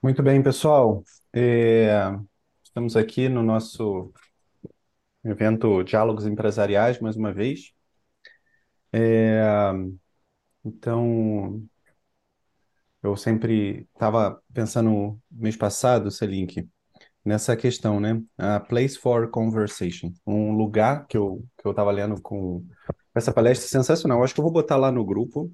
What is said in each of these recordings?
Muito bem, pessoal. É, Estamos aqui no nosso evento Diálogos Empresariais, mais uma vez. Então, eu sempre estava pensando mês passado, Selink, nessa questão, né? A Place for Conversation, um lugar que eu estava lendo com essa palestra sensacional. Acho que eu vou botar lá no grupo.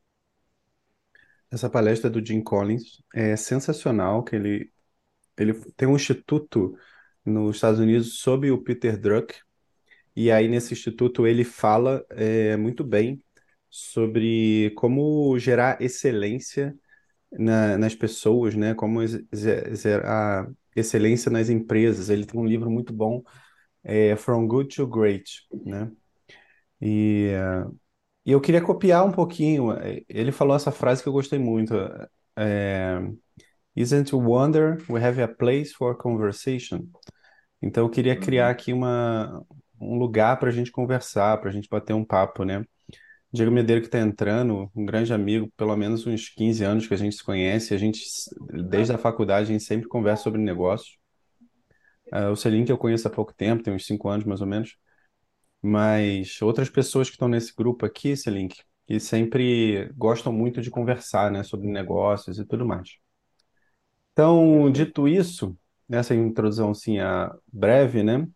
Essa palestra do Jim Collins é sensacional, que ele tem um instituto nos Estados Unidos sob o Peter Drucker. E aí, nesse instituto, ele fala muito bem sobre como gerar excelência nas pessoas, né? Como gerar excelência nas empresas. Ele tem um livro muito bom, From Good to Great, né? E, e eu queria copiar um pouquinho. Ele falou essa frase que eu gostei muito. é, Isn't it wonder we have a place for conversation? Então, eu queria criar Uhum. aqui um lugar para a gente conversar, para a gente bater um papo, né? Diego Medeiros que está entrando, um grande amigo, pelo menos uns 15 anos que a gente se conhece, desde a faculdade, a gente sempre conversa sobre negócios. O Celim que eu conheço há pouco tempo, tem uns 5 anos mais ou menos, mas outras pessoas que estão nesse grupo aqui, Celim, que sempre gostam muito de conversar, né, sobre negócios e tudo mais. Então, Perfeito. dito isso, nessa introdução assim, breve, né,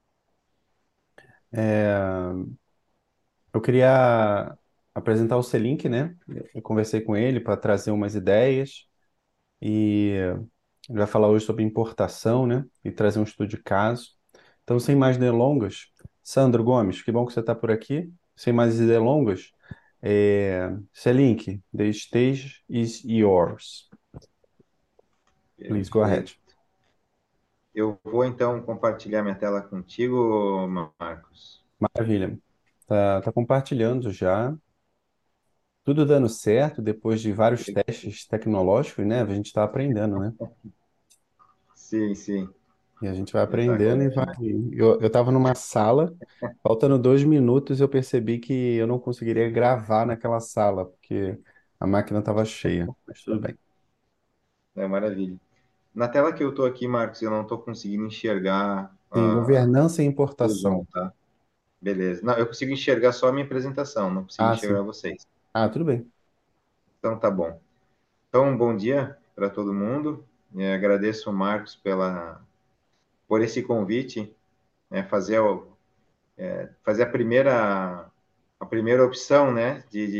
eu queria apresentar o Selink, né? Eu conversei com ele para trazer umas ideias e ele vai falar hoje sobre importação, né? E trazer um estudo de caso. Então, sem mais delongas, Sandro Gomes, que bom que você está por aqui. Sem mais delongas, Selink, the stage is yours. Please go ahead. Perfeito. Eu vou então compartilhar minha tela contigo, Marcos. Maravilha. Tá compartilhando já. Tudo dando certo depois de vários testes tecnológicos, né? A gente está aprendendo, né? Sim, sim, E a gente vai aprendendo e vai. exatamente. Eu estava numa sala, faltando 2 minutos, eu percebi que eu não conseguiria gravar naquela sala, porque a máquina estava cheia. Mas tudo bem. É maravilha. Na tela que eu estou aqui, Marcos, eu não estou conseguindo enxergar Tem governança e o Zoom, importação. tá? Beleza. Não, eu consigo enxergar só a minha apresentação, não consigo Ah, enxergar sim. vocês. Ah, tudo bem. Então tá bom. Então, bom dia para todo mundo. Agradeço o Marcos por esse convite, né, fazer a primeira opção, né,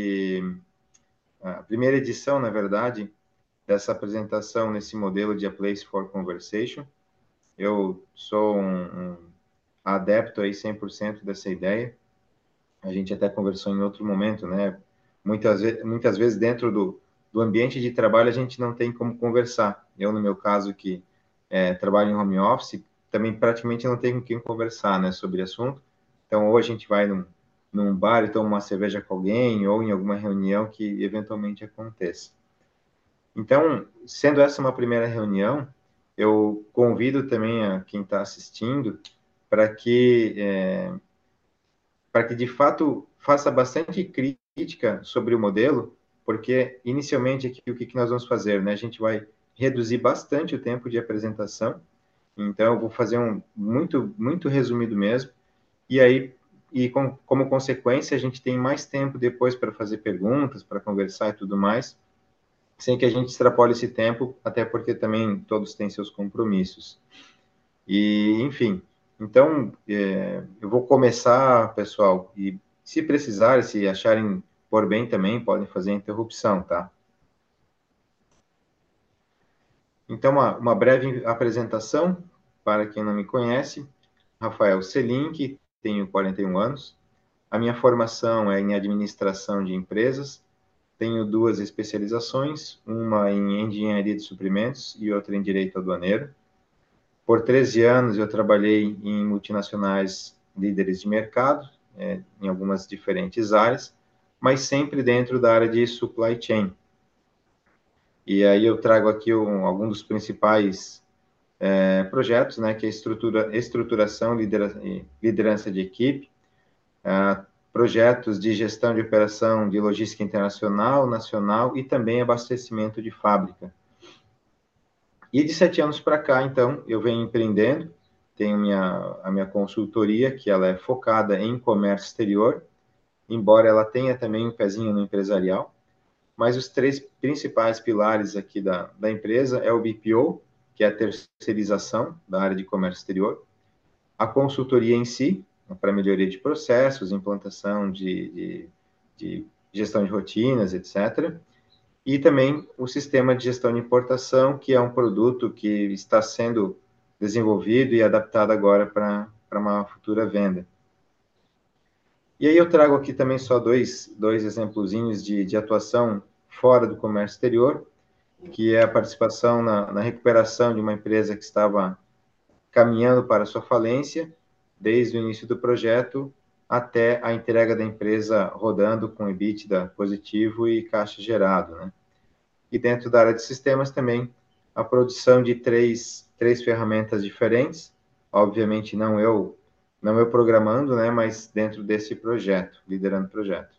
a primeira edição, na verdade, dessa apresentação nesse modelo de A Place for Conversation. Eu sou um adepto aí 100% dessa ideia. A gente até conversou em outro momento, né? Muitas vezes dentro do ambiente de trabalho a gente não tem como conversar. Eu, no meu caso, que trabalho em home office, também praticamente não tenho com quem conversar, né, sobre o assunto. Então, ou a gente vai num bar e toma uma cerveja com alguém, ou em alguma reunião que eventualmente aconteça. Então, sendo essa uma primeira reunião, eu convido também a quem está assistindo para que, para que de fato faça bastante crítica sobre o modelo, porque inicialmente aqui o que nós vamos fazer, né? A gente vai reduzir bastante o tempo de apresentação, então eu vou fazer um muito resumido mesmo, e aí como consequência a gente tem mais tempo depois para fazer perguntas, para conversar e tudo mais, sem que a gente extrapole esse tempo, até porque também todos têm seus compromissos. E, enfim, então, eu vou começar, pessoal, e se precisarem, se acharem por bem também, podem fazer a interrupção, tá? Então, uma breve apresentação, para quem não me conhece, Rafael Selink, tenho 41 anos, a minha formação é em administração de empresas, tenho duas especializações, uma em engenharia de suprimentos e outra em direito aduaneiro. Por 13 anos eu trabalhei em multinacionais líderes de mercado, em algumas diferentes áreas, mas sempre dentro da área de supply chain. E aí eu trago aqui alguns dos principais projetos, né, que é estruturação e liderança de equipe, projetos de gestão de operação de logística internacional, nacional e também abastecimento de fábrica. E de 7 anos para cá, então, eu venho empreendendo, tenho a minha consultoria, que ela é focada em comércio exterior, embora ela tenha também um pezinho no empresarial, mas os três principais pilares aqui da empresa é o BPO, que é a terceirização da área de comércio exterior, a consultoria em si, para melhoria de processos, implantação de gestão de rotinas, etc., e também o sistema de gestão de importação, que é um produto que está sendo desenvolvido e adaptado agora para uma futura venda. E aí eu trago aqui também só dois exemplozinhos de atuação fora do comércio exterior, que é a participação na recuperação de uma empresa que estava caminhando para a sua falência, desde o início do projeto até a entrega da empresa rodando com EBITDA positivo e caixa gerado, né? E dentro da área de sistemas também, a produção de três ferramentas diferentes, obviamente não eu programando, né, mas dentro desse projeto, liderando o projeto.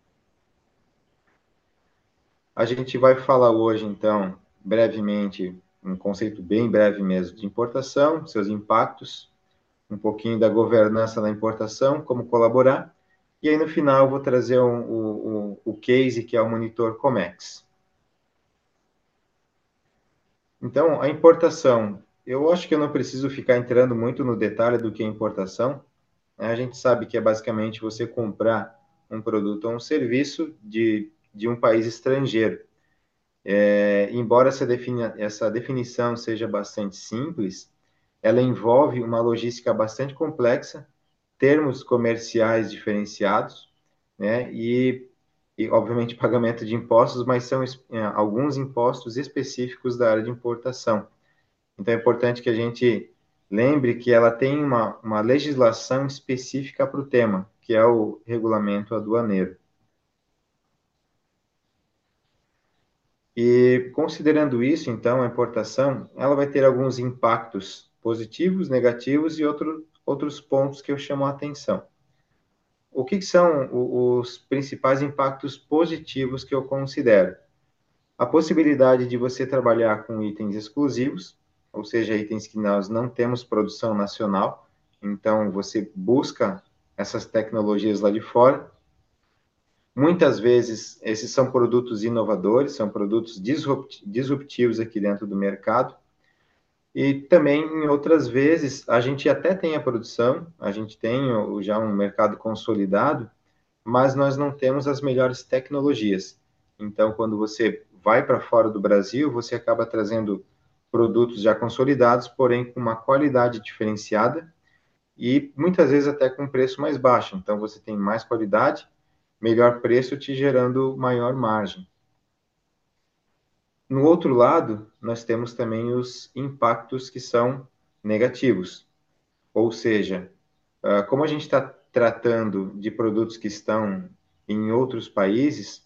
A gente vai falar hoje, então, brevemente, um conceito bem breve mesmo de importação, seus impactos, um pouquinho da governança da importação, como colaborar, e aí no final eu vou trazer o case que é o monitor Comex. Então, a importação, eu acho que eu não preciso ficar entrando muito no detalhe do que é importação, né? A gente sabe que é basicamente você comprar um produto ou um serviço de um país estrangeiro. Embora essa definição seja bastante simples, ela envolve uma logística bastante complexa, termos comerciais diferenciados, né? E obviamente, pagamento de impostos, mas são alguns impostos específicos da área de importação. Então, é importante que a gente lembre que ela tem uma legislação específica para o tema, que é o regulamento aduaneiro. E considerando isso, então, a importação, ela vai ter alguns impactos positivos, negativos e outros pontos que eu chamo a atenção. O que são os principais impactos positivos que eu considero? A possibilidade de você trabalhar com itens exclusivos, ou seja, itens que nós não temos produção nacional, então você busca essas tecnologias lá de fora. Muitas vezes, esses são produtos inovadores, são produtos disruptivos aqui dentro do mercado. E também, em outras vezes, a gente até tem a produção, a gente tem já um mercado consolidado, mas nós não temos as melhores tecnologias. Então, quando você vai para fora do Brasil, você acaba trazendo produtos já consolidados, porém com uma qualidade diferenciada e muitas vezes até com preço mais baixo. Então, você tem mais qualidade, melhor preço, te gerando maior margem. No outro lado, nós temos também os impactos que são negativos, ou seja, como a gente está tratando de produtos que estão em outros países,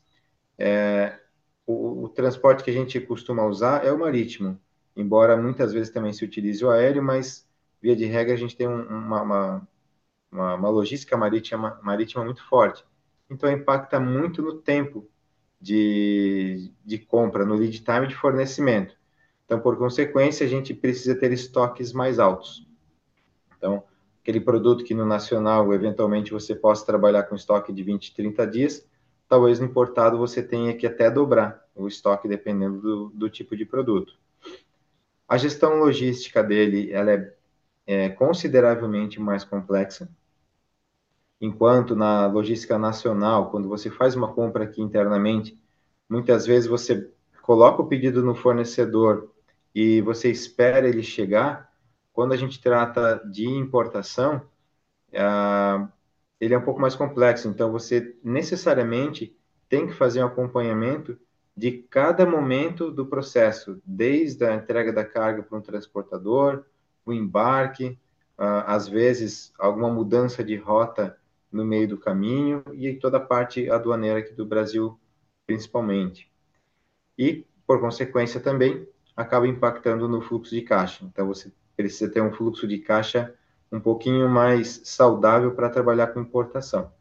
o transporte que a gente costuma usar é o marítimo, embora muitas vezes também se utilize o aéreo, mas via de regra a gente tem uma logística marítima muito forte. Então impacta muito no tempo de compra, no lead time de fornecimento. Então, por consequência, a gente precisa ter estoques mais altos. Então, aquele produto que no nacional, eventualmente, você possa trabalhar com estoque de 20, 30 dias, talvez no importado você tenha que até dobrar o estoque, dependendo do tipo de produto. A gestão logística dele, ela é consideravelmente mais complexa, enquanto na logística nacional, quando você faz uma compra aqui internamente, muitas vezes você coloca o pedido no fornecedor e você espera ele chegar. Quando a gente trata de importação, ele é um pouco mais complexo, então você necessariamente tem que fazer um acompanhamento de cada momento do processo, desde a entrega da carga para um transportador, o embarque, às vezes alguma mudança de rota no meio do caminho e toda a parte aduaneira aqui do Brasil, principalmente. E, por consequência, também acaba impactando no fluxo de caixa. Então, você precisa ter um fluxo de caixa um pouquinho mais saudável para trabalhar com importação.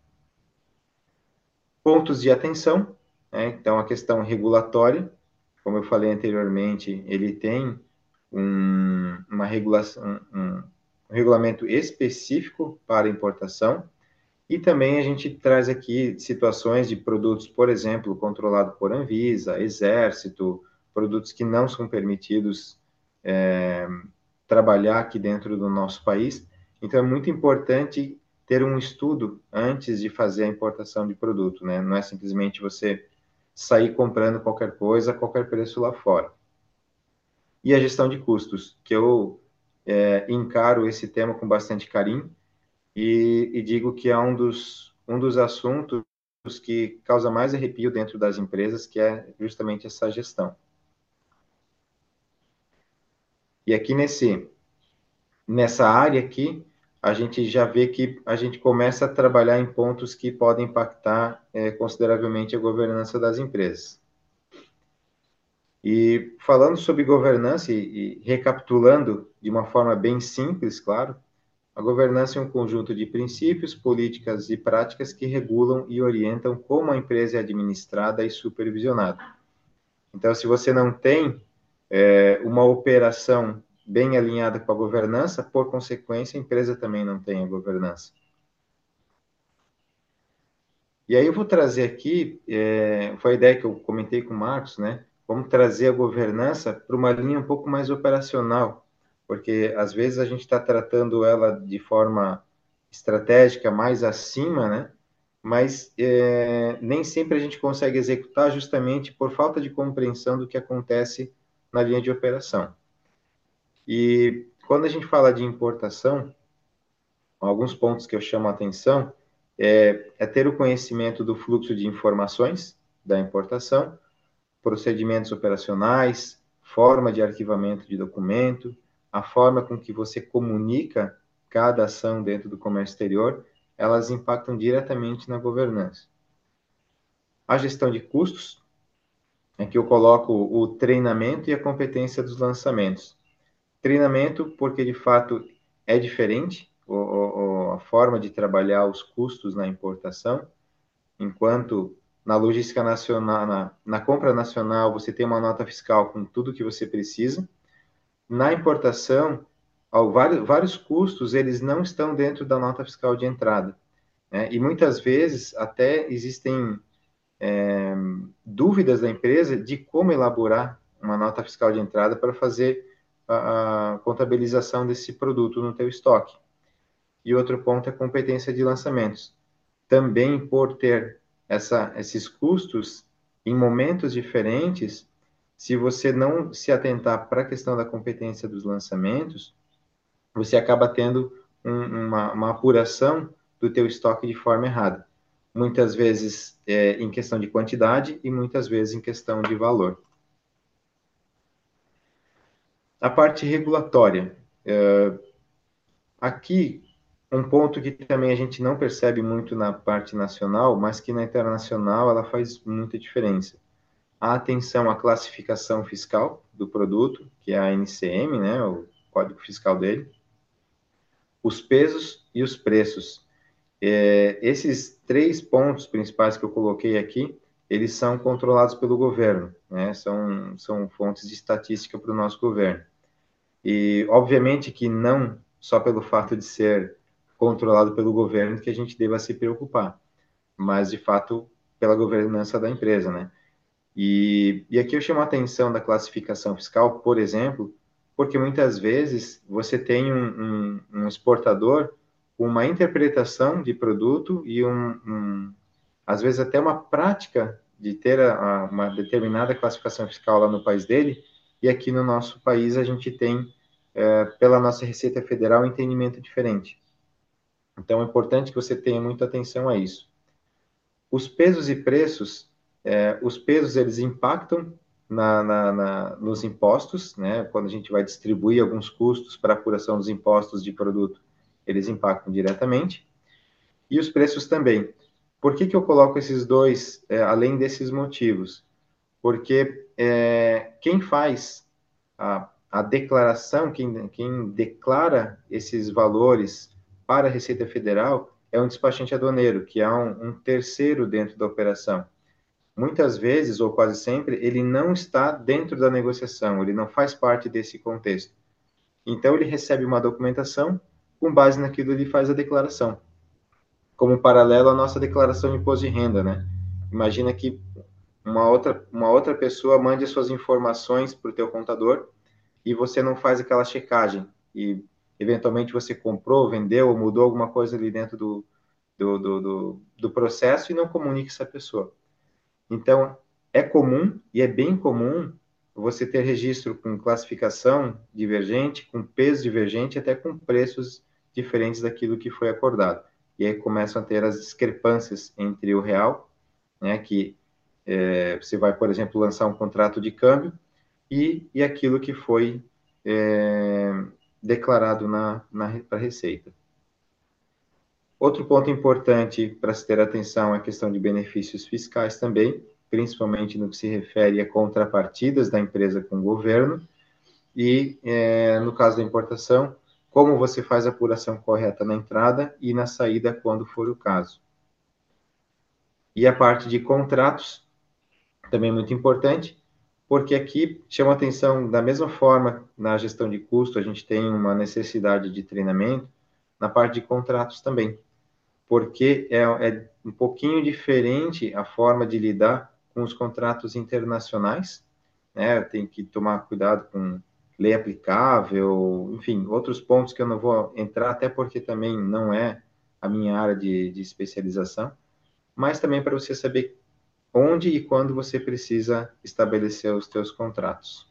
Pontos de atenção, né? Então, a questão regulatória, como eu falei anteriormente, ele tem uma regulação, um regulamento específico para importação. E também a gente traz aqui situações de produtos, por exemplo, controlados por Anvisa, Exército, produtos que não são permitidos trabalhar aqui dentro do nosso país. Então, é muito importante ter um estudo antes de fazer a importação de produto, né? Não é simplesmente você sair comprando qualquer coisa a qualquer preço lá fora. E a gestão de custos, que eu encaro esse tema com bastante carinho e digo que é um dos assuntos que causa mais arrepio dentro das empresas, que é justamente essa gestão. E aqui nessa área aqui, a gente já vê que a gente começa a trabalhar em pontos que podem impactar consideravelmente a governança das empresas. E falando sobre governança e recapitulando de uma forma bem simples, claro, a governança é um conjunto de princípios, políticas e práticas que regulam e orientam como a empresa é administrada e supervisionada. Então, se você não tem uma operação bem alinhada com a governança, por consequência, a empresa também não tem a governança. E aí eu vou trazer aqui, foi a ideia que eu comentei com o Marcos, né? Vamos trazer a governança para uma linha um pouco mais operacional, porque às vezes a gente está tratando ela de forma estratégica mais acima, né? Mas nem sempre a gente consegue executar justamente por falta de compreensão do que acontece na linha de operação. E quando a gente fala de importação, alguns pontos que eu chamo a atenção é ter o conhecimento do fluxo de informações da importação, procedimentos operacionais, forma de arquivamento de documento, a forma com que você comunica cada ação dentro do comércio exterior, elas impactam diretamente na governança. A gestão de custos, é que eu coloco o treinamento e a competência dos lançamentos. Treinamento, porque de fato é diferente a forma de trabalhar os custos na importação, enquanto na logística nacional, na compra nacional, você tem uma nota fiscal com tudo que você precisa. Na importação, vários custos eles não estão dentro da nota fiscal de entrada, né? E muitas vezes até existem dúvidas da empresa de como elaborar uma nota fiscal de entrada para fazer a contabilização desse produto no teu estoque. E outro ponto é a competência de lançamentos. Também por ter esses custos em momentos diferentes, se você não se atentar para a questão da competência dos lançamentos, você acaba tendo uma apuração do teu estoque de forma errada. Muitas vezes em questão de quantidade e muitas vezes em questão de valor. A parte regulatória. Aqui, um ponto que também a gente não percebe muito na parte nacional, mas que na internacional ela faz muita diferença. A atenção à classificação fiscal do produto, que é a NCM, né, o código fiscal dele, os pesos e os preços. Esses três pontos principais que eu coloquei aqui, eles são controlados pelo governo, né, são fontes de estatística para o nosso governo. E, obviamente, que não só pelo fato de ser controlado pelo governo que a gente deva se preocupar, mas, de fato, pela governança da empresa, né? E aqui eu chamo a atenção da classificação fiscal, por exemplo, porque muitas vezes você tem um exportador com uma interpretação de produto e às vezes até uma prática de ter uma determinada classificação fiscal lá no país dele, e aqui no nosso país a gente tem, pela nossa Receita Federal, um entendimento diferente. Então é importante que você tenha muita atenção a isso. Os pesos e preços, os pesos eles impactam nos impostos, né? Quando a gente vai distribuir alguns custos para a apuração dos impostos de produto, eles impactam diretamente. E os preços também. Por que eu coloco esses dois, além desses motivos? Porque quem faz a declaração, quem declara esses valores para a Receita Federal é um despachante aduaneiro, que é um terceiro dentro da operação. muitas vezes, ou quase sempre, ele não está dentro da negociação, ele não faz parte desse contexto. Então, ele recebe uma documentação, com base naquilo ele faz a declaração. Como paralelo à nossa declaração de imposto de renda, né? Imagina que uma outra pessoa mande as suas informações para o teu contador e você não faz aquela checagem e eventualmente você comprou, vendeu ou mudou alguma coisa ali dentro do processo e não comunica essa pessoa. Então, é comum e é bem comum você ter registro com classificação divergente, com peso divergente, até com preços diferentes daquilo que foi acordado. E aí começam a ter as discrepâncias entre o real, né, que você vai, por exemplo, lançar um contrato de câmbio e aquilo que foi é, declarado para a Receita. Outro ponto importante para se ter atenção é a questão de benefícios fiscais também, principalmente no que se refere a contrapartidas da empresa com o governo e, no caso da importação, como você faz a apuração correta na entrada e na saída, quando for o caso. E a parte de contratos, também muito importante, porque aqui chama atenção, da mesma forma, na gestão de custo, a gente tem uma necessidade de treinamento, na parte de contratos também, porque é um pouquinho diferente a forma de lidar com os contratos internacionais, né? Tem que tomar cuidado com lei aplicável, enfim, outros pontos que eu não vou entrar, até porque também não é a minha área de especialização, mas também para você saber onde e quando você precisa estabelecer os teus contratos.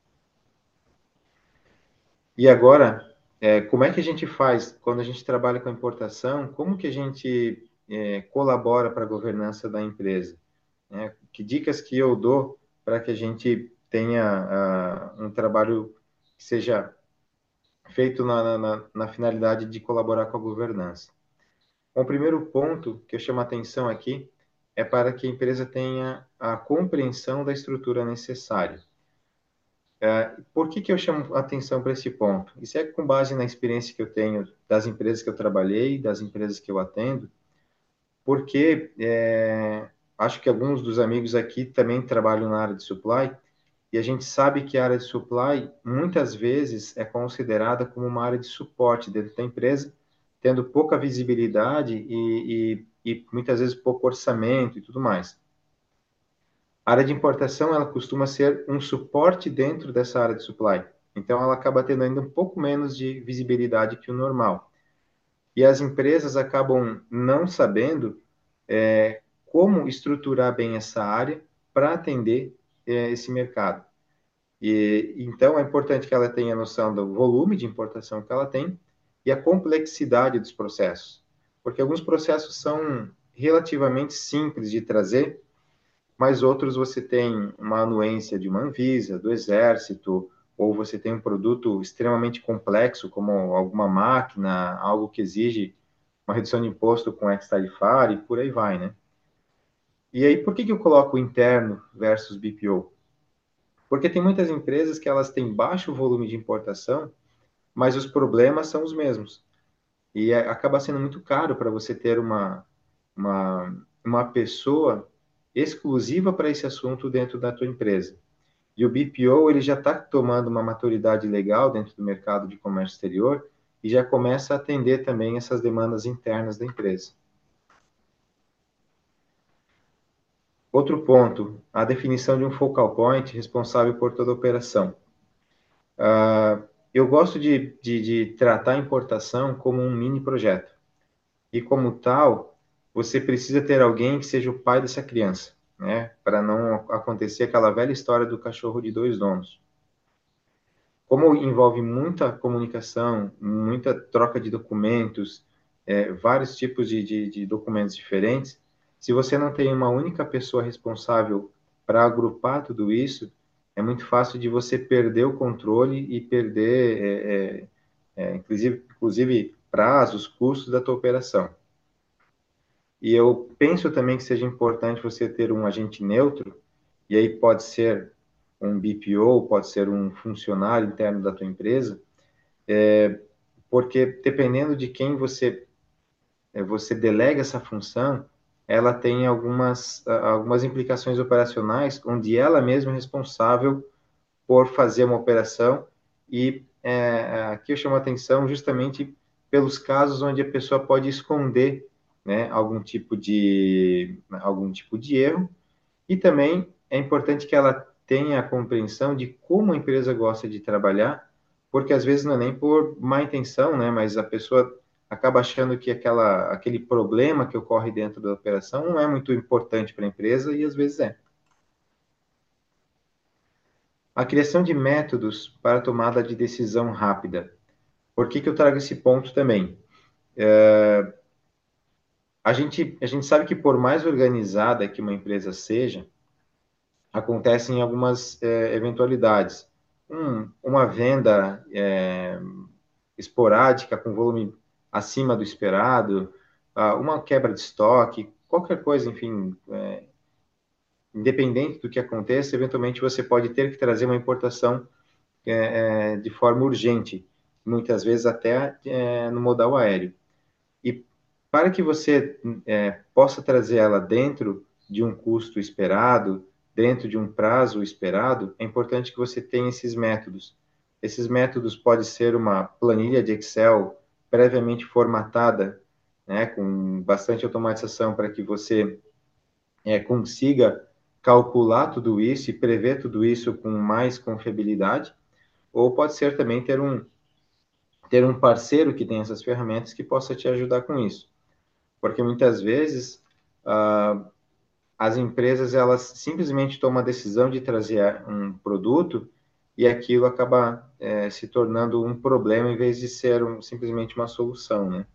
E agora, como é que a gente faz quando a gente trabalha com importação? Como que a gente colabora para a governança da empresa? Que dicas que eu dou para que a gente tenha um trabalho que seja feito na finalidade de colaborar com a governança? Bom, o primeiro ponto que eu chamo a atenção aqui é para que a empresa tenha a compreensão da estrutura necessária. Por que eu chamo atenção para esse ponto? Isso é com base na experiência que eu tenho das empresas que eu trabalhei, das empresas que eu atendo, porque acho que alguns dos amigos aqui também trabalham na área de supply, e a gente sabe que a área de supply muitas vezes é considerada como uma área de suporte dentro da empresa, tendo pouca visibilidade e muitas vezes pouco orçamento e tudo mais. A área de importação, ela costuma ser um suporte dentro dessa área de supply. Então, ela acaba tendo ainda um pouco menos de visibilidade que o normal. E as empresas acabam não sabendo como estruturar bem essa área para atender esse mercado. E então, é importante que ela tenha noção do volume de importação que ela tem e a complexidade dos processos. Porque alguns processos são relativamente simples de trazer, mas outros você tem uma anuência de uma Anvisa, do Exército, ou você tem um produto extremamente complexo, como alguma máquina, algo que exige uma redução de imposto com ex-tarifário e por aí vai, né? E aí, por que eu coloco interno versus BPO? Porque tem muitas empresas que elas têm baixo volume de importação, mas os problemas são os mesmos. E acaba sendo muito caro para você ter uma pessoa exclusiva para esse assunto dentro da tua empresa. E o BPO ele já está tomando uma maturidade legal dentro do mercado de comércio exterior e já começa a atender também essas demandas internas da empresa. Outro ponto, a definição de um focal point responsável por toda a operação. Eu gosto de tratar a importação como um mini projeto. E como tal, você precisa ter alguém que seja o pai dessa criança, né? Para não acontecer aquela velha história do cachorro de dois donos. Como envolve muita comunicação, muita troca de documentos, vários tipos de documentos diferentes, se você não tem uma única pessoa responsável para agrupar tudo isso, é muito fácil de você perder o controle e perder, inclusive prazos, custos da tua operação. E eu penso também que seja importante você ter um agente neutro, e aí pode ser um BPO, pode ser um funcionário interno da tua empresa, porque dependendo de quem você delega essa função, ela tem algumas implicações operacionais, onde ela mesma é responsável por fazer uma operação e aqui eu chamo a atenção justamente pelos casos onde a pessoa pode esconder, né, algum tipo de erro e também é importante que ela tenha a compreensão de como a empresa gosta de trabalhar, porque às vezes não é nem por má intenção, né, mas a pessoa acaba achando que aquele problema que ocorre dentro da operação não é muito importante para a empresa e às vezes é. A criação de métodos para tomada de decisão rápida. Por que eu trago esse ponto também? A gente sabe que por mais organizada que uma empresa seja, acontecem algumas eventualidades. Uma venda esporádica com volume acima do esperado, uma quebra de estoque, qualquer coisa, enfim, independente do que aconteça, eventualmente você pode ter que trazer uma importação de forma urgente, muitas vezes até no modal aéreo. E para que você possa trazer ela dentro de um custo esperado, dentro de um prazo esperado, é importante que você tenha esses métodos. Esses métodos pode ser uma planilha de Excel previamente formatada, né, com bastante automatização para que você consiga calcular tudo isso e prever tudo isso com mais confiabilidade, ou pode ser também ter um parceiro que tem essas ferramentas que possa te ajudar com isso. Porque muitas vezes as empresas elas simplesmente tomam a decisão de trazer um produto e aquilo acaba se tornando um problema em vez de ser simplesmente uma solução, né?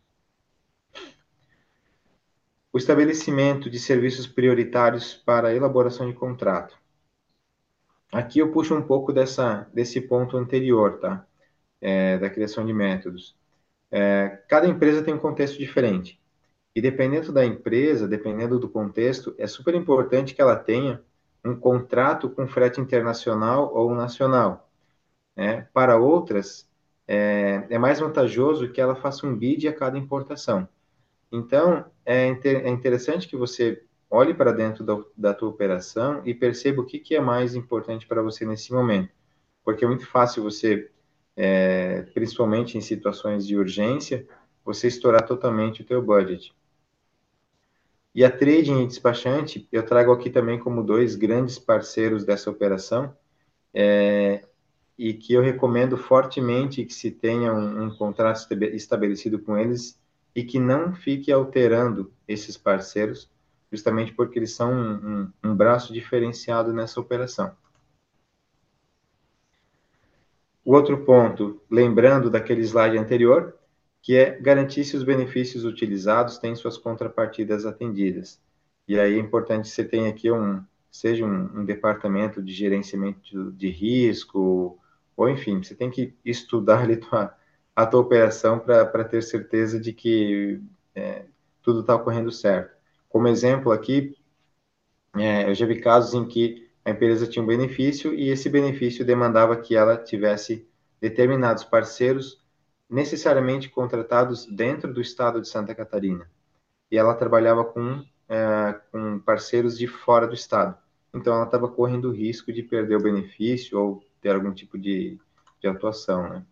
O estabelecimento de serviços prioritários para a elaboração de contrato. Aqui eu puxo um pouco desse ponto anterior, tá? Da criação de métodos. Cada empresa tem um contexto diferente. E dependendo da empresa, dependendo do contexto, é super importante que ela tenha um contrato com frete internacional ou nacional, né? Para outras, é mais vantajoso que ela faça um bid a cada importação. Então, é interessante que você olhe para dentro da tua operação e perceba o que é mais importante para você nesse momento. Porque é muito fácil você, principalmente em situações de urgência, você estourar totalmente o teu budget. E a trading e despachante, eu trago aqui também como dois grandes parceiros dessa operação, e que eu recomendo fortemente que se tenha um contrato estabelecido com eles e que não fique alterando esses parceiros, justamente porque eles são um braço diferenciado nessa operação. O outro ponto, lembrando daquele slide anterior, que é garantir se os benefícios utilizados têm suas contrapartidas atendidas. E aí é importante que você tenha aqui seja um departamento de gerenciamento de risco, ou enfim, você tem que estudar ali a tua operação para ter certeza de que tudo está ocorrendo certo. Como exemplo aqui, eu já vi casos em que a empresa tinha um benefício e esse benefício demandava que ela tivesse determinados parceiros necessariamente contratados dentro do estado de Santa Catarina. E ela trabalhava com parceiros de fora do estado. Então, ela estava correndo o risco de perder o benefício ou ter algum tipo de atuação, né?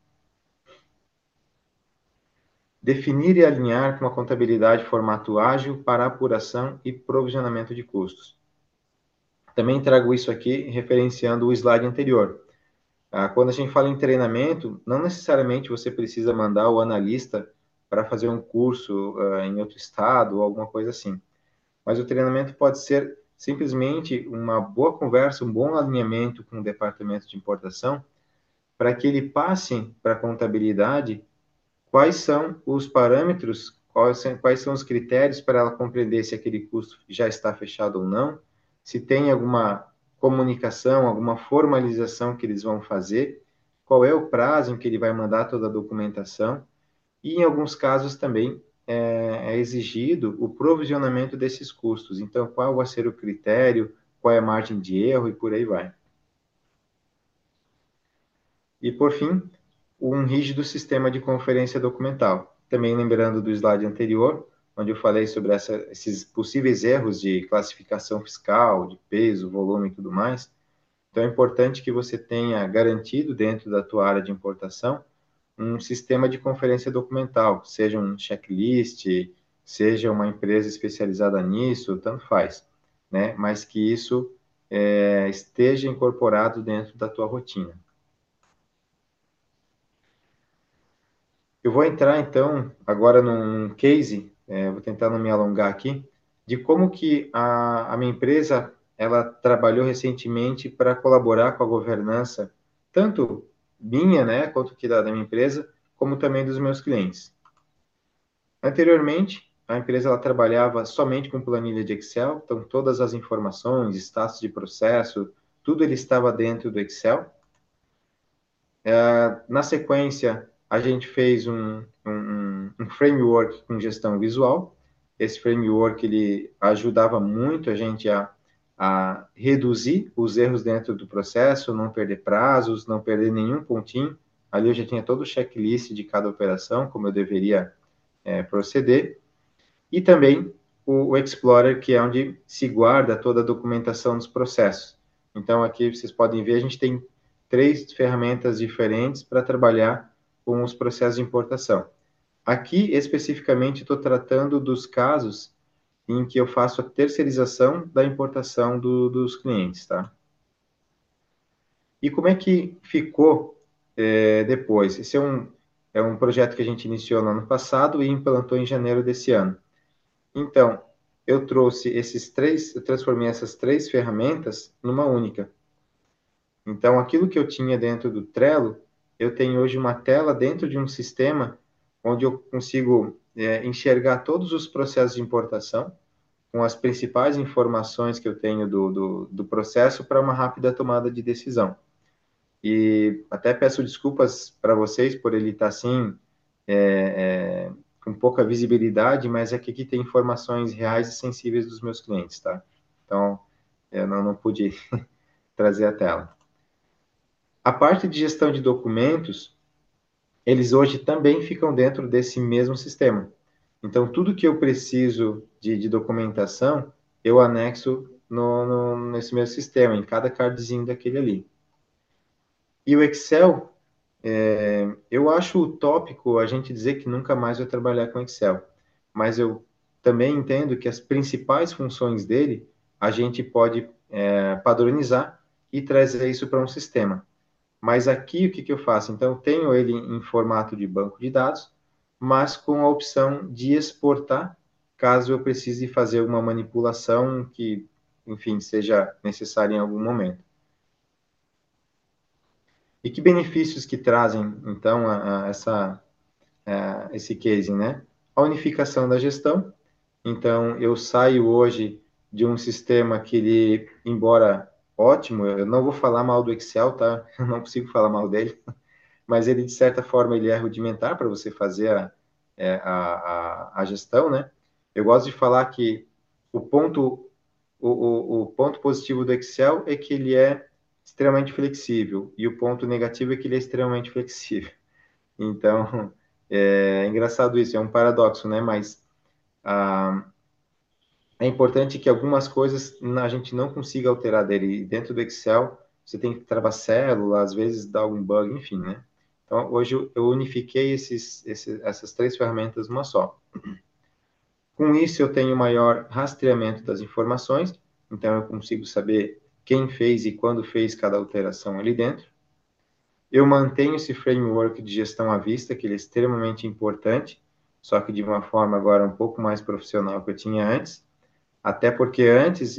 Definir e alinhar com a contabilidade formato ágil para apuração e provisionamento de custos. Também trago isso aqui referenciando o slide anterior. Quando a gente fala em treinamento, não necessariamente você precisa mandar o analista para fazer um curso em outro estado ou alguma coisa assim. Mas o treinamento pode ser simplesmente uma boa conversa, um bom alinhamento com o departamento de importação, para que ele passe para a contabilidade quais são os parâmetros, quais são os critérios para ela compreender se aquele custo já está fechado ou não, se tem alguma comunicação, alguma formalização que eles vão fazer, qual é o prazo em que ele vai mandar toda a documentação, e em alguns casos também é exigido o provisionamento desses custos. Então, qual vai ser o critério, qual é a margem de erro e por aí vai. E, por fim, um rígido sistema de conferência documental. Também lembrando do slide anterior, onde eu falei sobre esses possíveis erros de classificação fiscal, de peso, volume e tudo mais. Então, é importante que você tenha garantido dentro da tua área de importação um sistema de conferência documental, seja um checklist, seja uma empresa especializada nisso, tanto faz, né? Mas que isso esteja incorporado dentro da tua rotina. Eu vou entrar, então, agora num case, vou tentar não me alongar aqui, de como que a minha empresa ela trabalhou recentemente para colaborar com a governança, tanto minha, né, quanto que da minha empresa, como também dos meus clientes. Anteriormente, a empresa ela trabalhava somente com planilha de Excel, então todas as informações, status de processo, tudo ele estava dentro do Excel. Na sequência, a gente fez um framework com gestão visual. Esse framework ele ajudava muito a gente a reduzir os erros dentro do processo, não perder prazos, não perder nenhum pontinho. Ali eu já tinha todo o checklist de cada operação, como eu deveria proceder. E também o Explorer, que é onde se guarda toda a documentação dos processos. Então, aqui vocês podem ver, a gente tem 3 ferramentas diferentes para trabalhar com os processos de importação. Aqui, especificamente, estou tratando dos casos em que eu faço a terceirização da importação dos clientes, tá? E como é que ficou depois? Esse é um projeto que a gente iniciou no ano passado e implantou em janeiro desse ano. Então, eu trouxe eu transformei essas 3 ferramentas numa única. Então, aquilo que eu tinha dentro do Trello, eu tenho hoje uma tela dentro de um sistema onde eu consigo enxergar todos os processos de importação, com as principais informações que eu tenho do processo para uma rápida tomada de decisão. E até peço desculpas para vocês por ele estar assim, com pouca visibilidade, mas é que aqui tem informações reais e sensíveis dos meus clientes, tá? Então, eu não pude trazer a tela. A parte de gestão de documentos, eles hoje também ficam dentro desse mesmo sistema. Então, tudo que eu preciso de documentação, eu anexo nesse mesmo sistema, em cada cardzinho daquele ali. E o Excel, eu acho utópico a gente dizer que nunca mais vai trabalhar com Excel, mas eu também entendo que as principais funções dele a gente pode padronizar e trazer isso para um sistema. Mas aqui o que eu faço? Então, eu tenho ele em formato de banco de dados, mas com a opção de exportar, caso eu precise fazer uma manipulação que, enfim, seja necessária em algum momento. E que benefícios que trazem, então, esse case, né? A unificação da gestão. Então, eu saio hoje de um sistema que ele, embora ótimo, eu não vou falar mal do Excel, tá? Eu não consigo falar mal dele, mas ele, de certa forma, ele é rudimentar para você fazer a gestão, né? Eu gosto de falar que o ponto positivo do Excel é que ele é extremamente flexível, e o ponto negativo é que ele é extremamente flexível. Então, é engraçado isso, é um paradoxo, né? Mas é importante que algumas coisas a gente não consiga alterar dele. E dentro do Excel, você tem que travar célula, às vezes dá algum bug, enfim, né? Então, hoje eu unifiquei essas 3 ferramentas numa só. Com isso, eu tenho maior rastreamento das informações, então eu consigo saber quem fez e quando fez cada alteração ali dentro. Eu mantenho esse framework de gestão à vista, que ele é extremamente importante, só que de uma forma agora um pouco mais profissional que eu tinha antes, até porque antes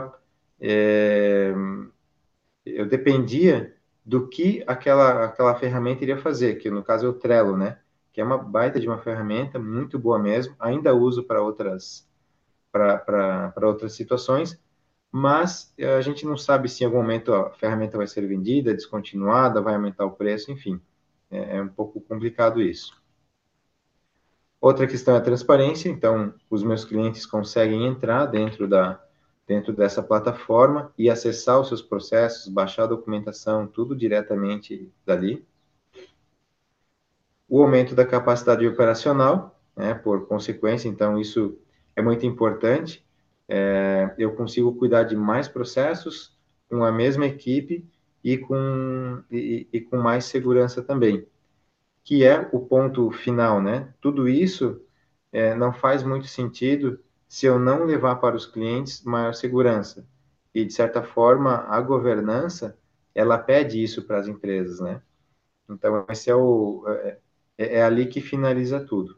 eu dependia do que aquela ferramenta iria fazer, que no caso é o Trello, né? Que é uma baita de uma ferramenta, muito boa mesmo, ainda uso para outras situações, mas a gente não sabe se em algum momento a ferramenta vai ser vendida, descontinuada, vai aumentar o preço, enfim, é um pouco complicado isso. Outra questão é a transparência, então os meus clientes conseguem entrar dentro dessa plataforma e acessar os seus processos, baixar a documentação, tudo diretamente dali. O aumento da capacidade operacional, né, por consequência, então isso é muito importante. Eu consigo cuidar de mais processos com a mesma equipe e com mais segurança também, que é o ponto final, né? Tudo isso não faz muito sentido se eu não levar para os clientes maior segurança. E, de certa forma, a governança, ela pede isso para as empresas, né? Então, esse é ali que finaliza tudo.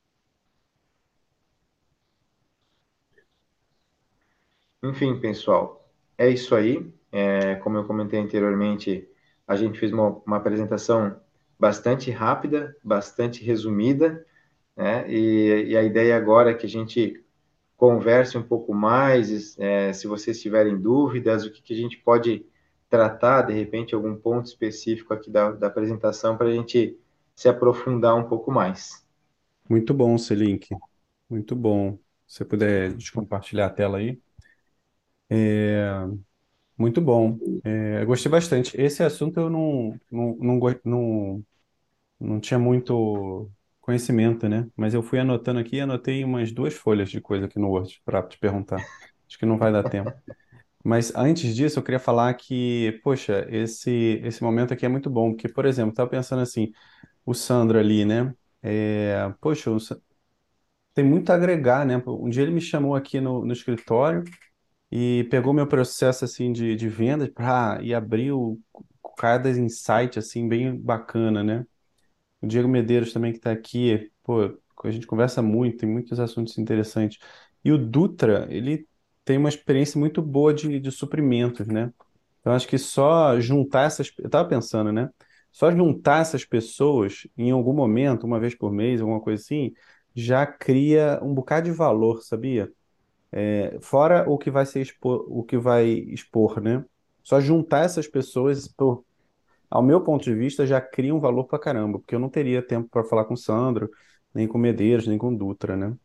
Enfim, pessoal, é isso aí. Como eu comentei anteriormente, a gente fez uma apresentação bastante rápida, bastante resumida, né? E a ideia agora é que a gente converse um pouco mais, se vocês tiverem dúvidas, o que, que a gente pode tratar, de repente, algum ponto específico aqui da apresentação para a gente se aprofundar um pouco mais. Muito bom esse link. Muito bom. Se você puder compartilhar a tela aí. Muito bom. Eu gostei bastante. Esse assunto eu não tinha muito conhecimento, né? Mas eu fui anotando aqui e anotei umas 2 folhas de coisa aqui no Word para te perguntar. Acho que não vai dar tempo. Mas antes disso, eu queria falar que, poxa, esse momento aqui é muito bom, porque, por exemplo, eu estava pensando assim, o Sandro ali, né? Poxa, tem muito a agregar, né? Um dia ele me chamou aqui no escritório e pegou meu processo assim de venda e abriu cada insight assim bem bacana, né? O Diego Medeiros também que está aqui, pô, a gente conversa muito, tem muitos assuntos interessantes. E o Dutra, ele tem uma experiência muito boa de suprimentos, né? Então acho que só juntar eu tava pensando, né? Só juntar essas pessoas em algum momento, uma vez por mês, alguma coisa assim, já cria um bocado de valor, sabia? Fora o que vai o que vai expor, né? Só juntar essas pessoas, ao meu ponto de vista, já cria um valor pra caramba, porque eu não teria tempo para falar com o Sandro, nem com o Medeiros, nem com o Dutra, né?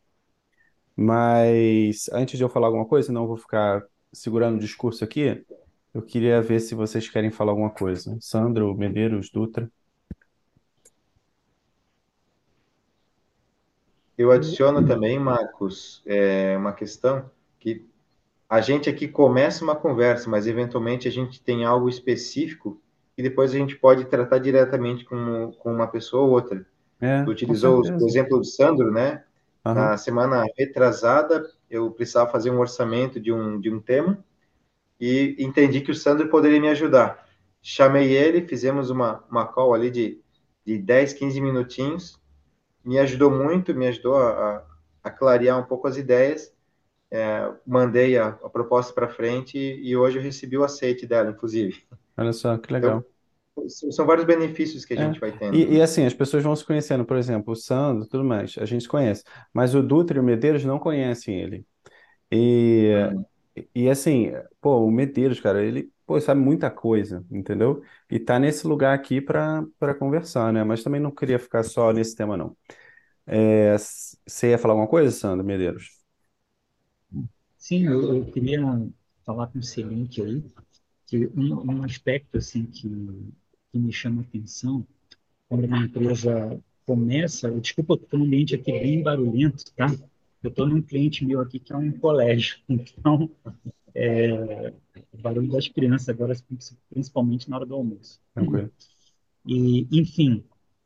Mas antes de eu falar alguma coisa, senão eu vou ficar segurando o discurso aqui, eu queria ver se vocês querem falar alguma coisa. Sandro, Medeiros, Dutra. Eu adiciono também, Marcos, uma questão que a gente aqui começa uma conversa, mas eventualmente a gente tem algo específico e depois a gente pode tratar diretamente com uma pessoa ou outra. Tu Com utilizou o certeza. exemplo do Sandro, né? Aham. Na semana retrasada, eu precisava fazer um orçamento de um tema e entendi que o Sandro poderia me ajudar. Chamei ele, fizemos uma call ali de 10, 15 minutinhos, me ajudou muito, me ajudou a clarear um pouco as ideias, mandei a proposta para frente e hoje eu recebi o aceite dela, inclusive. Olha só, que Então, legal. são vários benefícios que a É. gente vai tendo, E né? assim, as pessoas vão se conhecendo, por exemplo, o Sandro, tudo mais, a gente conhece, mas o Dutra e o Medeiros não conhecem ele. E, Hum. e assim, pô, o Medeiros, cara, ele, pô, sabe muita coisa, entendeu? E tá nesse lugar aqui para conversar, né? Mas também não queria ficar só nesse tema, não. Você ia falar alguma coisa, Sandro Medeiros? Sim, eu queria falar com o Celink aí, que um aspecto assim que me chama a atenção quando uma empresa começa, desculpa, eu estou num ambiente aqui bem barulhento, tá? Eu estou num cliente meu aqui que é um colégio, então o barulho das crianças agora, principalmente na hora do almoço. Tranquilo. E, enfim,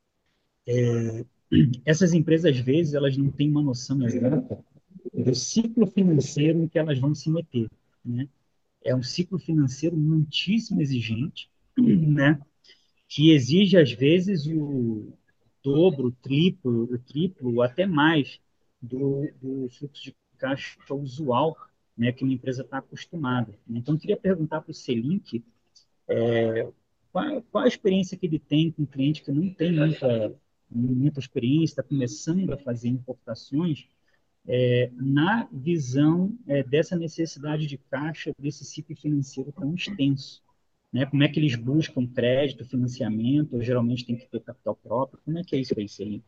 essas empresas às vezes elas não têm uma noção exata do ciclo financeiro em que elas vão se meter, né? É um ciclo financeiro muitíssimo exigente, né? Que exige, às vezes, o dobro, o triplo, ou até mais do fluxo de caixa usual, né, que uma empresa está acostumada. Então, eu queria perguntar para o Selink qual a experiência que ele tem com um cliente que não tem muita experiência, está começando a fazer importações, na visão dessa necessidade de caixa, desse ciclo financeiro tão extenso. Né? Como é que eles buscam crédito, financiamento, ou geralmente tem que ter capital próprio? Como é que é isso aí, Celine?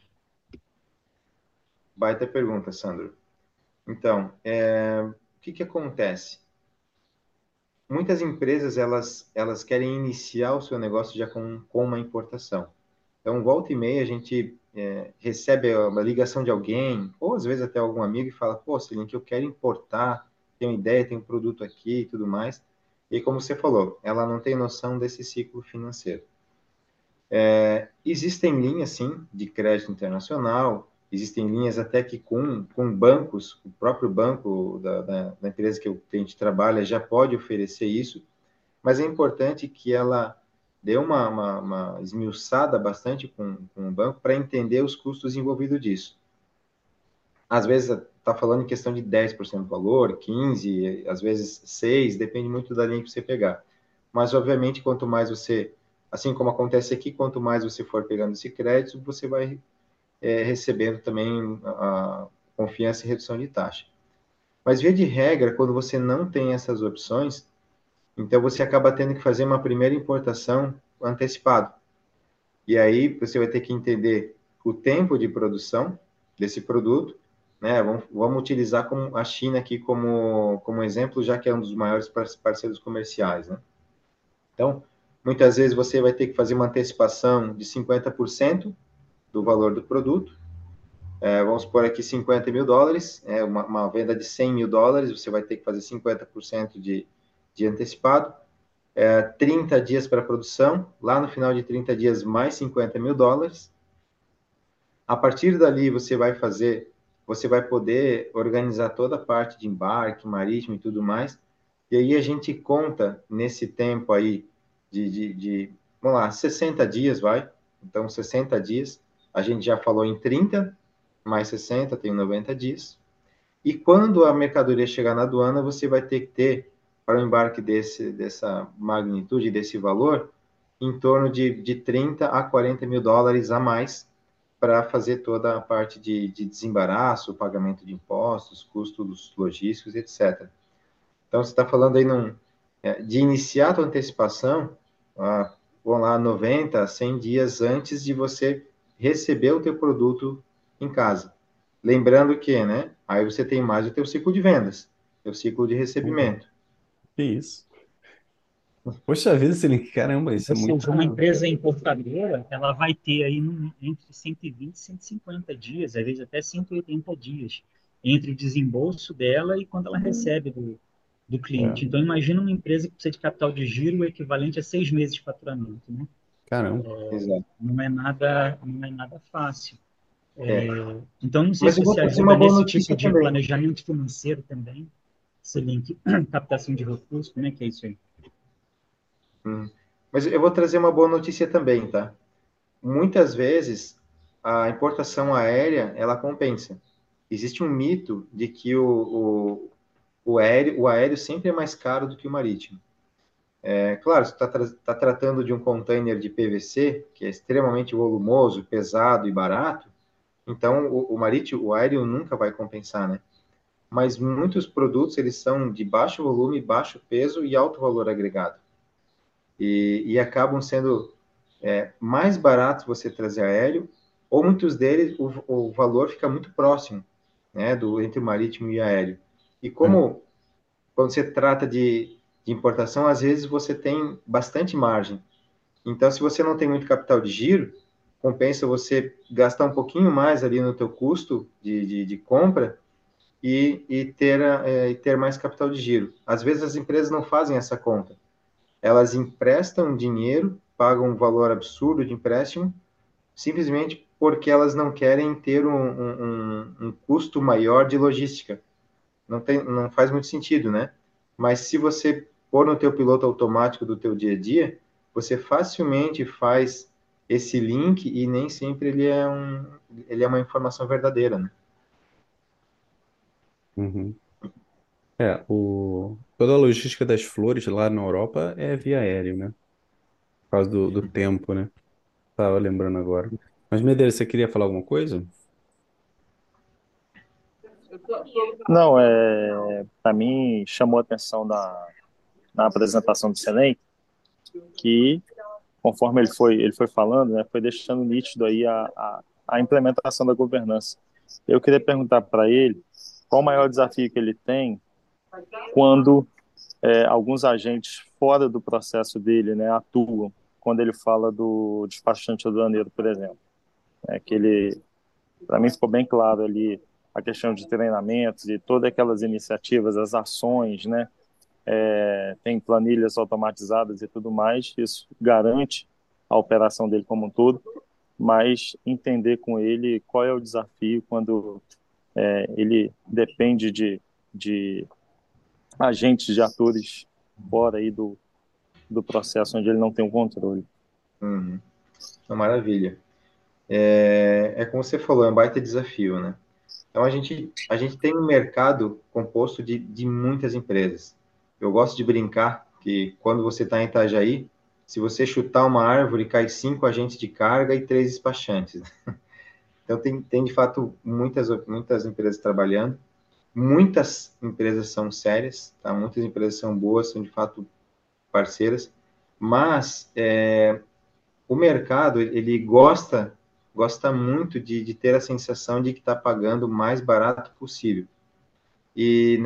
Baita pergunta, Sandro. Então, o que que acontece? Muitas empresas, elas querem iniciar o seu negócio já com uma importação. Então, volta e meia, a gente recebe uma ligação de alguém, ou às vezes até algum amigo, e fala, pô, Celink, eu quero importar, tenho ideia, tenho um produto aqui e tudo mais. E como você falou, ela não tem noção desse ciclo financeiro. Existem linhas, sim, de crédito internacional, existem linhas até que com bancos, o próprio banco da empresa que a gente trabalha já pode oferecer isso, mas é importante que ela dê uma esmiuçada bastante com o banco para entender os custos envolvidos disso. Às vezes está falando em questão de 10% do valor, 15%, às vezes 6%, depende muito da linha que você pegar. Mas, obviamente, quanto mais você, assim como acontece aqui, quanto mais você for pegando esse crédito, você vai recebendo também a confiança e redução de taxa. Mas, via de regra, quando você não tem essas opções, então você acaba tendo que fazer uma primeira importação antecipada. E aí você vai ter que entender o tempo de produção desse produto, né? Vamos utilizar como a China aqui como exemplo, já que é um dos maiores parceiros comerciais, né? Então, muitas vezes você vai ter que fazer uma antecipação de 50% do valor do produto. Vamos supor aqui $50.000, uma venda de $100.000, você vai ter que fazer 50% de antecipado. 30 dias para produção, lá no final de 30 dias mais $50.000. A partir dali você vai poder organizar toda a parte de embarque, marítimo e tudo mais, e aí a gente conta nesse tempo aí vamos lá, 60 dias, vai, então 60 dias, a gente já falou em 30, mais 60, tem 90 dias, e quando a mercadoria chegar na aduana, você vai ter que ter, para o embarque dessa magnitude, desse valor, em torno de 30 a $40.000 a mais para fazer toda a parte de desembaraço, pagamento de impostos, custos logísticos, etc. Então, você está falando aí de iniciar a tua antecipação, vamos lá, 90, 100 dias antes de você receber o teu produto em casa. Lembrando que, né, aí você tem mais o teu ciclo de vendas, teu ciclo de recebimento. Que isso. Poxa vida, Celink, caramba, isso Ou é muito. seja, uma empresa importadora, ela vai ter aí entre 120 e 150 dias, às vezes até 180 dias, entre o desembolso dela e quando ela recebe do É, cliente. Então, imagina uma empresa que precisa de capital de giro equivalente a 6 meses de faturamento, né? caramba. Exato. Não é nada fácil. É. Então, não sei Mas se eu vou você trazer ajuda uma boa nesse tipo notícia de também. planejamento financeiro também, esse link, captação de recursos, como é que é isso aí? Mas eu vou trazer uma boa notícia também, tá? Muitas vezes a importação aérea ela compensa. Existe um mito de que o aéreo sempre é mais caro do que o marítimo. Claro, você está tratando de um container de PVC, que é extremamente volumoso, pesado e barato, então o marítimo, o aéreo nunca vai compensar, né? Mas muitos produtos eles são de baixo volume, baixo peso e alto valor agregado. E acabam sendo mais baratos você trazer aéreo, ou muitos deles o valor fica muito próximo, né, entre o marítimo e o aéreo. E É. como quando você trata de importação, às vezes você tem bastante margem. Então, se você não tem muito capital de giro, compensa você gastar um pouquinho mais ali no teu custo de compra e ter mais capital de giro. Às vezes as empresas não fazem essa conta. Elas emprestam dinheiro, pagam um valor absurdo de empréstimo, simplesmente porque elas não querem ter um custo maior de logística. Não faz muito sentido, né? Mas se você pôr no teu piloto automático do teu dia a dia, você facilmente faz esse link e nem sempre ele é uma informação verdadeira, né? Uhum. Toda a logística das flores lá na Europa é via aéreo, né? Por causa do tempo, né? Tava lembrando agora. Mas, Medeiros, você queria falar alguma coisa? Não, para mim chamou a atenção na apresentação do Selem que, conforme ele foi falando, né, foi deixando nítido aí a implementação da governança. Eu queria perguntar para ele qual o maior desafio que ele tem quando alguns agentes fora do processo dele, né, atuam, quando ele fala do despachante aduaneiro, por exemplo. Que ele, para mim ficou bem claro ali a questão de treinamentos e todas aquelas iniciativas, as ações, né? Tem planilhas automatizadas e tudo mais, isso garante a operação dele como um todo, mas entender com ele qual é o desafio quando ele depende de agentes, de atores fora aí do processo onde ele não tem o controle. Uhum. Uma maravilha. Como você falou, é um baita desafio, né? Então, a gente tem um mercado composto de muitas empresas. Eu gosto de brincar que quando você está em Itajaí, se você chutar uma árvore, cai 5 agentes de carga e 3 despachantes. Então, tem de fato muitas empresas trabalhando. Muitas empresas são sérias, tá? Muitas empresas são boas, são de fato parceiras, mas o mercado ele gosta muito de ter a sensação de que está pagando o mais barato possível. E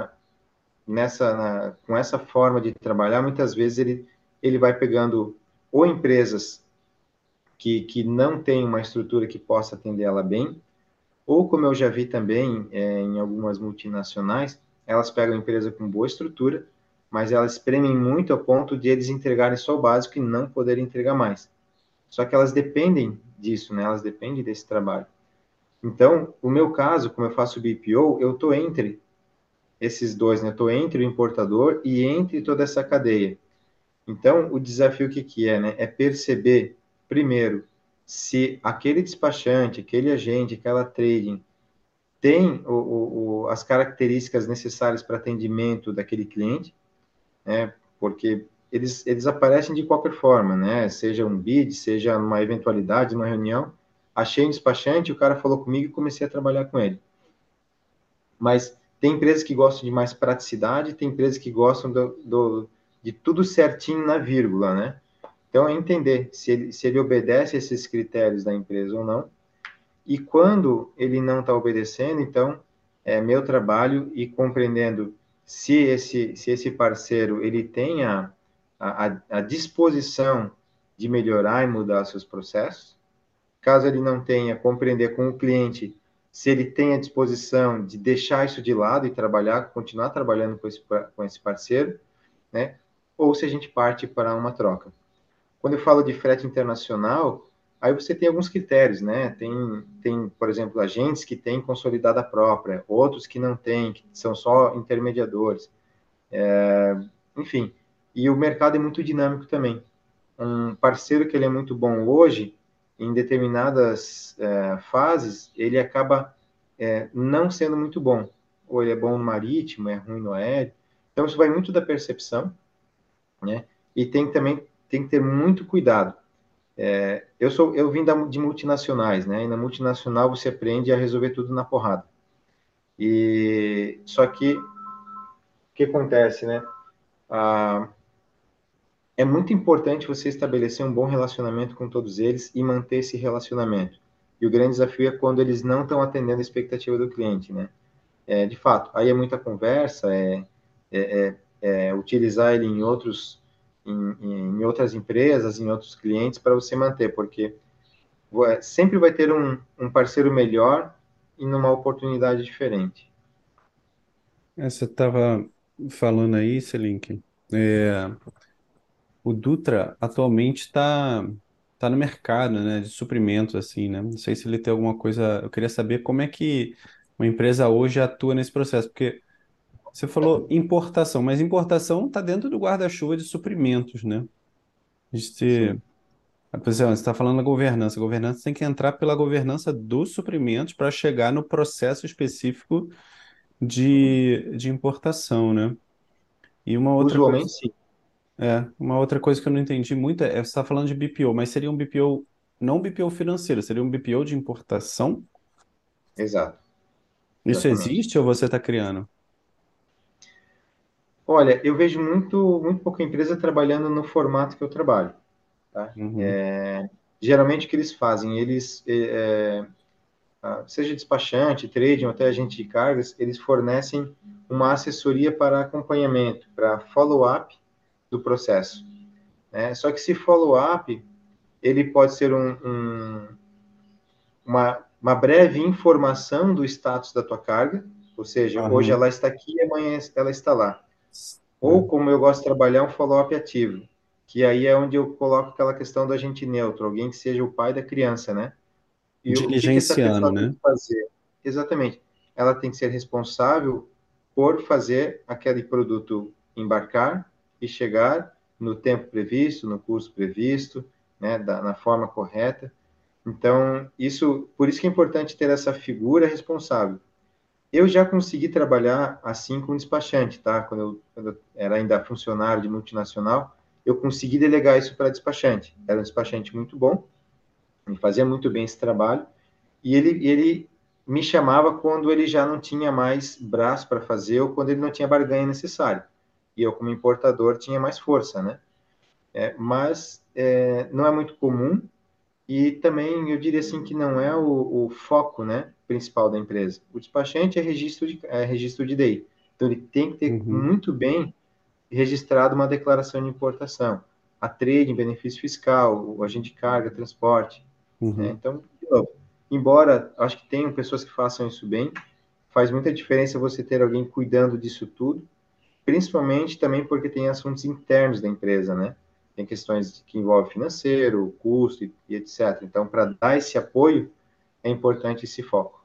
com essa forma de trabalhar, muitas vezes ele vai pegando ou empresas que não têm uma estrutura que possa atender ela bem, ou como eu já vi também em algumas multinacionais, elas pegam a empresa com boa estrutura, mas elas espremem muito a ponto de eles entregarem só o básico e não poderem entregar mais. Só que elas dependem disso, né? Elas dependem desse trabalho. Então, o meu caso, como eu faço BPO, eu estou entre esses dois, né? Eu estou entre o importador e entre toda essa cadeia. Então, o desafio que é, né? É perceber, primeiro, se aquele despachante, aquele agente, aquela trading tem as características necessárias para atendimento daquele cliente, né? Porque eles aparecem de qualquer forma, né? Seja um bid, seja uma eventualidade, uma reunião. Achei um despachante, o cara falou comigo e comecei a trabalhar com ele. Mas tem empresas que gostam de mais praticidade, tem empresas que gostam de tudo certinho na vírgula, né? Então, é entender se ele obedece esses critérios da empresa ou não. E quando ele não está obedecendo, então, é meu trabalho ir compreendendo se esse parceiro ele tem a disposição de melhorar e mudar seus processos. Caso ele não tenha, compreender com o cliente se ele tem a disposição de deixar isso de lado e continuar trabalhando com esse parceiro, né? Ou se a gente parte para uma troca. Quando eu falo de frete internacional, aí você tem alguns critérios, né? Tem, por exemplo, agentes que têm consolidada própria, outros que não têm, que são só intermediadores. Enfim, e o mercado é muito dinâmico também. Um parceiro que ele é muito bom hoje, em determinadas fases, ele acaba não sendo muito bom. Ou ele é bom no marítimo, é ruim no aéreo. Então, isso vai muito da percepção, né? E tem que ter muito cuidado. Eu vim de multinacionais, né? E na multinacional você aprende a resolver tudo na porrada. E só que o que acontece, né? É muito importante você estabelecer um bom relacionamento com todos eles e manter esse relacionamento. E o grande desafio é quando eles não estão atendendo a expectativa do cliente, né? De fato, aí é muita conversa, utilizar ele em outras empresas, em outros clientes para você manter, porque sempre vai ter um parceiro melhor e numa oportunidade diferente. Você estava falando aí, Selink, o Dutra atualmente tá no mercado, né, de suprimentos, assim, né? Não sei se ele tem alguma coisa. Eu queria saber como é que uma empresa hoje atua nesse processo, porque você falou importação, mas importação está dentro do guarda-chuva de suprimentos, né? A gente, Sim. por exemplo, você está falando da governança. A governança tem que entrar pela governança dos suprimentos para chegar no processo específico de importação, né? E Usualmente, sim. uma outra coisa que eu não entendi muito você está falando de BPO, mas seria um BPO, não um BPO financeiro, seria um BPO de importação? Exato. Isso Exatamente. existe ou você está criando? Olha, eu vejo muito pouca empresa trabalhando no formato que eu trabalho, tá? Uhum. Geralmente o que eles fazem, seja despachante, trading ou até agente de cargas, eles fornecem uma assessoria para acompanhamento, para follow-up do processo, né? Só que esse follow-up, ele pode ser uma breve informação do status da tua carga, ou seja, hoje Aham. ela está aqui e amanhã ela está lá. É. Ou, como eu gosto de trabalhar, um follow-up ativo, que aí é onde eu coloco aquela questão do agente neutro, alguém que seja o pai da criança, né? E o que essa Diligenciando, pessoa tem né? que fazer? Exatamente. Ela tem que ser responsável por fazer aquele produto embarcar e chegar no tempo previsto, no curso previsto, né, na forma correta. Então, por isso que é importante ter essa figura responsável. Eu já consegui trabalhar assim com despachante, tá? Quando eu era ainda funcionário de multinacional, eu consegui delegar isso para despachante. Era um despachante muito bom, ele fazia muito bem esse trabalho, e ele me chamava quando ele já não tinha mais braço para fazer ou quando ele não tinha barganha necessária. E eu, como importador, tinha mais força, né? Mas não é muito comum e também eu diria assim que não é o foco, né, principal da empresa. O despachante é registro de DI. Então ele tem que ter Uhum. muito bem registrado uma declaração de importação, a trade, benefício fiscal, o agente de carga, transporte, né? Uhum. Então, de novo, embora acho que tenham pessoas que façam isso bem, faz muita diferença você ter alguém cuidando disso tudo, principalmente também porque tem assuntos internos da empresa, né? Tem questões que envolvem financeiro, custo e etc. Então, para dar esse apoio, é importante esse foco.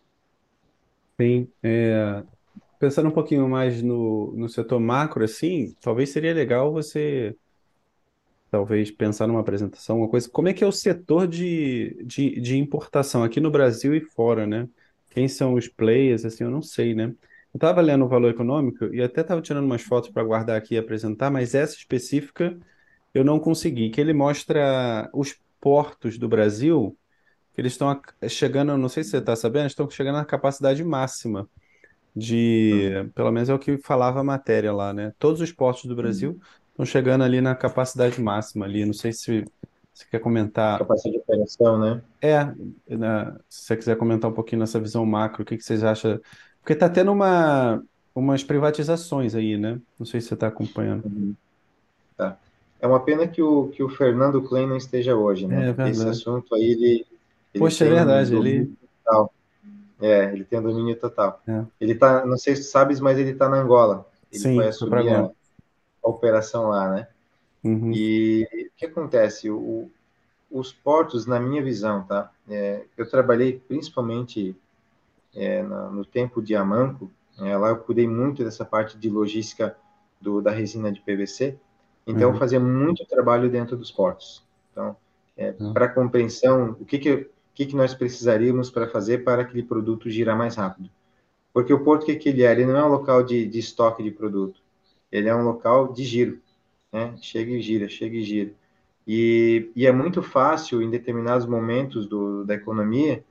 Sim. Pensando um pouquinho mais no setor macro, assim, talvez seria legal você talvez pensar numa apresentação, uma coisa. Como é que é o setor de importação aqui no Brasil e fora, né? Quem são os players, assim, eu não sei, né? Eu estava lendo o Valor Econômico e até estava tirando umas fotos para guardar aqui e apresentar, mas essa específica eu não consegui, que ele mostra os portos do Brasil, que eles estão chegando, não sei se você está sabendo, estão chegando à capacidade máxima pelo menos é o que falava a matéria lá, né? Todos os portos do Uhum. Brasil estão chegando ali na capacidade máxima ali. Não sei se você quer comentar. Capacidade de operação, né? É, se você quiser comentar um pouquinho nessa visão macro, o que que vocês acham? Porque está tendo umas privatizações aí, né? Não sei se você está acompanhando. Uhum. Tá. É uma pena que o Fernando Klein não esteja hoje, né? É Porque esse verdade. assunto aí, ele Poxa, é tem um verdade. domínio total. Ele tem um domínio total. É, Ele tá, não sei se tu sabes, mas ele está na Angola. Ele foi sim, foi para assumir a agora. operação lá, né? Uhum, E o que acontece? Os portos, na minha visão, tá? Eu trabalhei principalmente no tempo de Amanco, lá eu cuidei muito dessa parte de logística da resina de PVC, então eu uhum, fazia muito trabalho dentro dos portos. Então, uhum, para compreensão, o que nós precisaríamos para fazer para aquele produto girar mais rápido? Porque o porto, o que ele é? Ele não é um local de estoque de produto, ele é um local de giro, né? Chega e gira, chega e gira. E é muito fácil, em determinados momentos da economia,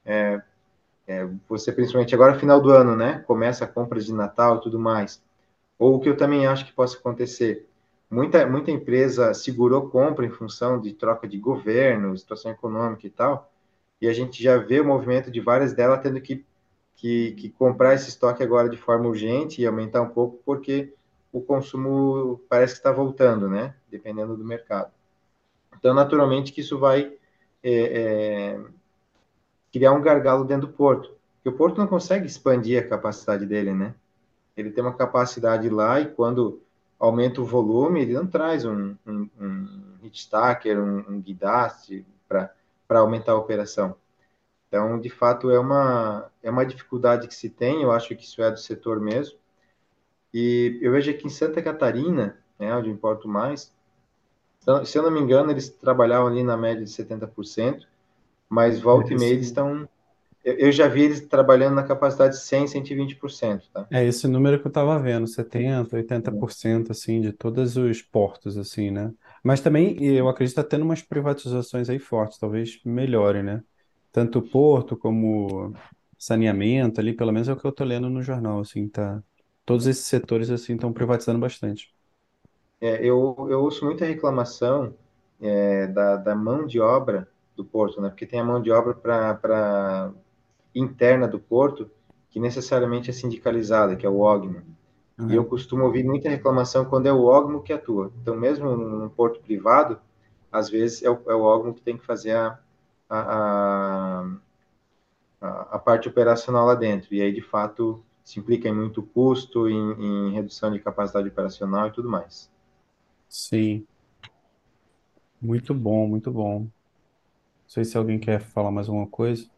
você principalmente agora final do ano, né? Começa a compra de Natal e tudo mais. Ou o que eu também acho que possa acontecer, muita empresa segurou compra em função de troca de governo, situação econômica e tal, e a gente já vê o movimento de várias delas tendo que comprar esse estoque agora de forma urgente e aumentar um pouco, porque o consumo parece que está voltando, né? Dependendo do mercado. Então, naturalmente, que isso vai é, é, criar um gargalo dentro do porto. Porque o porto não consegue expandir a capacidade dele, né? Ele tem uma capacidade lá e quando aumenta o volume, ele não traz um hit stacker, um guidast para aumentar a operação. Então, de fato, é uma dificuldade que se tem, eu acho que isso é do setor mesmo. E eu vejo aqui em Santa Catarina, né, onde eu importo mais, então, se eu não me engano, eles trabalhavam ali na média de 70%, mas volta e meia eles estão. Eu já vi eles trabalhando na capacidade de 100, 120%, tá? É esse número que eu estava vendo, 70, 80% assim de todos os portos assim, né? Mas também eu acredito que tá tendo umas privatizações aí fortes, talvez melhore, né? Tanto o porto como saneamento ali, pelo menos é o que eu tô lendo no jornal, assim, tá. Todos esses setores assim estão privatizando bastante. Eu ouço muita reclamação da mão de obra do porto, né? Porque tem a mão de obra para interna do porto, que necessariamente é sindicalizada, que é o OGMO. E eu Uhum. costumo ouvir muita reclamação quando é o OGMO que atua. Então, mesmo num porto privado, às vezes é o OGMO que tem que fazer a, a parte operacional lá dentro. E aí, de fato, se implica em muito custo, em redução de capacidade operacional e tudo mais. Sim, muito bom, muito bom. Não sei se alguém quer falar mais alguma coisa.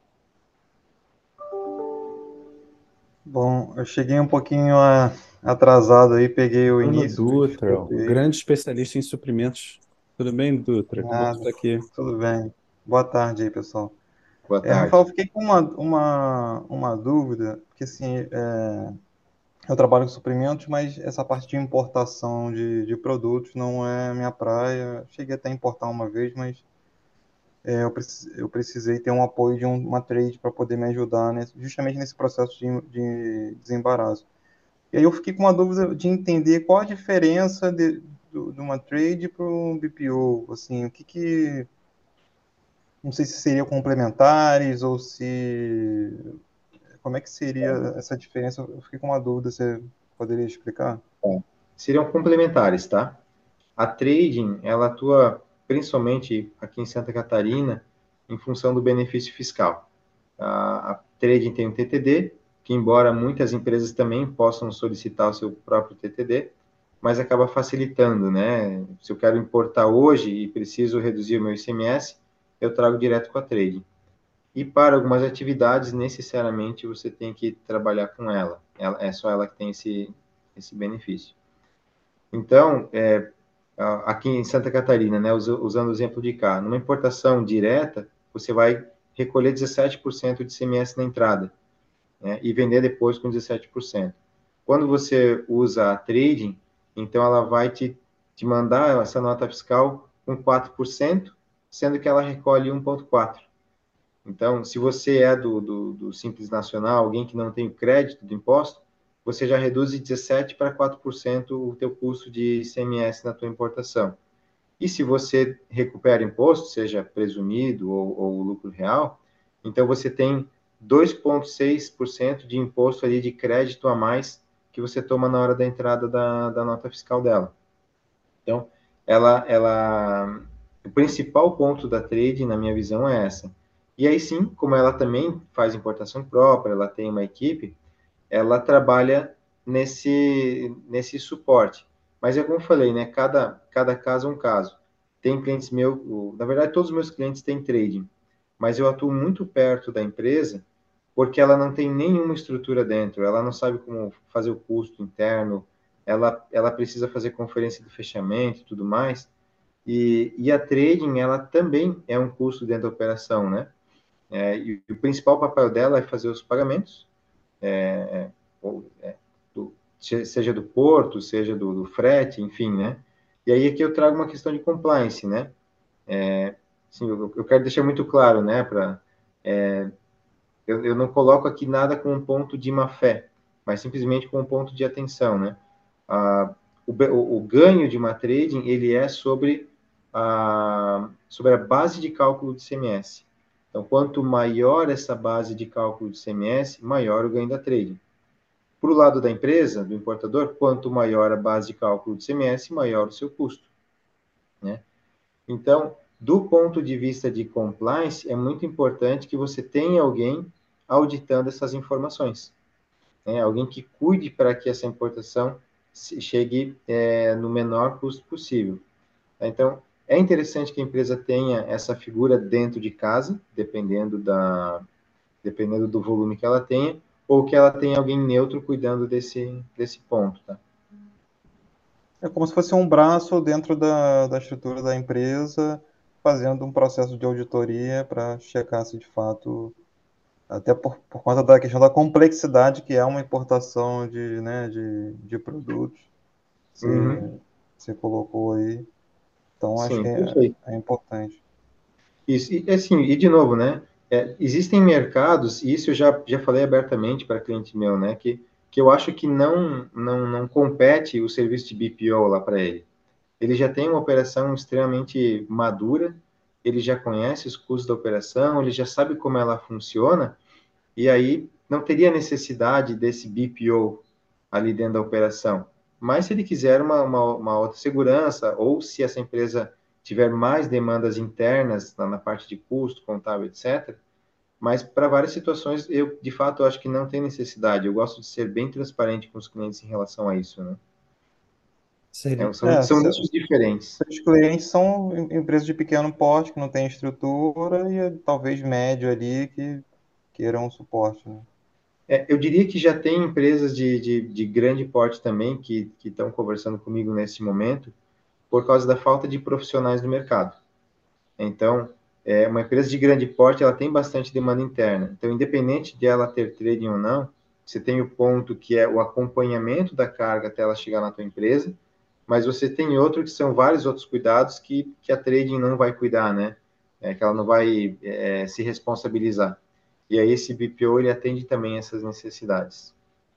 Bom, eu cheguei um pouquinho atrasado aí, peguei o Bruno início, me Dutra, desculpe o aí. grande especialista em suprimentos. Tudo bem, Dutra? Que bom que você Nada, está aqui. tudo bem. Boa tarde aí, pessoal. Boa Rafael, tarde. fiquei com uma dúvida, porque assim, eu trabalho com suprimentos, mas essa parte de importação de produtos não é minha praia. Cheguei até a importar uma vez, mas eu precisei ter um apoio de uma trade para poder me ajudar justamente nesse processo de desembaraço. E aí eu fiquei com uma dúvida de entender qual a diferença de uma trade para um BPO, assim, não sei se seriam complementares ou se, como é que seria essa diferença? Eu fiquei com uma dúvida, você poderia explicar? Seriam complementares, tá? A trading, ela atua principalmente aqui em Santa Catarina em função do benefício fiscal. A trading tem um TTD, que embora muitas empresas também possam solicitar o seu próprio TTD, mas acaba facilitando, né? Se eu quero importar hoje e preciso reduzir o meu ICMS, eu trago direto com a trading. E para algumas atividades, necessariamente você tem que trabalhar com ela. É só ela que tem esse benefício. Então, aqui em Santa Catarina, né, usando o exemplo de cá, numa importação direta, você vai recolher 17% de ICMS na entrada, né, e vender depois com 17%. Quando você usa a trading, então ela vai te mandar essa nota fiscal com 4%, sendo que ela recolhe 1,4%. Então, se você é do Simples Nacional, alguém que não tem o crédito do imposto, você já reduz de 17% para 4% o teu custo de ICMS na tua importação. E se você recupera imposto, seja presumido ou lucro real, então você tem 2,6% de imposto ali de crédito a mais que você toma na hora da entrada da nota fiscal dela. Então, o principal ponto da trade, na minha visão, é essa. E aí sim, como ela também faz importação própria, ela tem uma equipe, ela trabalha nesse suporte. Mas é como eu falei, né? Cada caso é um caso. Tem clientes meus, na verdade, todos os meus clientes têm trading, mas eu atuo muito perto da empresa porque ela não tem nenhuma estrutura dentro, ela não sabe como fazer o custo interno, ela precisa fazer conferência de fechamento e tudo mais. E a trading, ela também é um custo dentro da operação, né? E o principal papel dela é fazer os pagamentos, ou, seja do porto, seja do frete, enfim, né? E aí aqui eu trago uma questão de compliance, né? Assim, eu quero deixar muito claro, né? Eu não coloco aqui nada com um ponto de má fé, mas simplesmente com um ponto de atenção, né? Ah, o ganho de uma trading, ele é sobre a base de cálculo de CMS. Então, quanto maior essa base de cálculo de CMS, maior o ganho da trading. Para o lado da empresa, do importador, quanto maior a base de cálculo de CMS, maior o seu custo, né? Então, do ponto de vista de compliance, é muito importante que você tenha alguém auditando essas informações, né? Alguém que cuide para que essa importação chegue no menor custo possível. Então, é interessante que a empresa tenha essa figura dentro de casa, dependendo do volume que ela tenha, ou que ela tenha alguém neutro cuidando desse ponto, tá? É como se fosse um braço dentro da estrutura da empresa, fazendo um processo de auditoria para checar se de fato, até por conta da questão da complexidade que é uma importação né, de produtos, Uhum. você colocou aí. Então, acho que Sim, perfeito. é importante. Isso, e assim, e de novo, né? Existem mercados, e isso eu já falei abertamente para cliente meu, né? Que eu acho que não compete o serviço de BPO lá para ele. Ele já tem uma operação extremamente madura, ele já conhece os custos da operação, ele já sabe como ela funciona, e aí não teria necessidade desse BPO ali dentro da operação. Mas se ele quiser uma outra segurança, ou se essa empresa tiver mais demandas internas na parte de custo, contábil, etc. Mas para várias situações, eu, de fato, acho que não tem necessidade. Eu gosto de ser bem transparente com os clientes em relação a isso, né? Seria. São nichos diferentes. Os clientes são empresas de pequeno porte, que não têm estrutura, e talvez médio ali, que queiram suporte, né? Eu diria que já tem empresas de grande porte também que estão conversando comigo nesse momento por causa da falta de profissionais no mercado. Então, uma empresa de grande porte, ela tem bastante demanda interna. Então, independente de ela ter trading ou não, você tem o ponto que é o acompanhamento da carga até ela chegar na tua empresa, mas você tem outro que são vários outros cuidados que a trading não vai cuidar, né? Que ela não vai se responsabilizar. E aí esse BPO, ele atende também essas necessidades.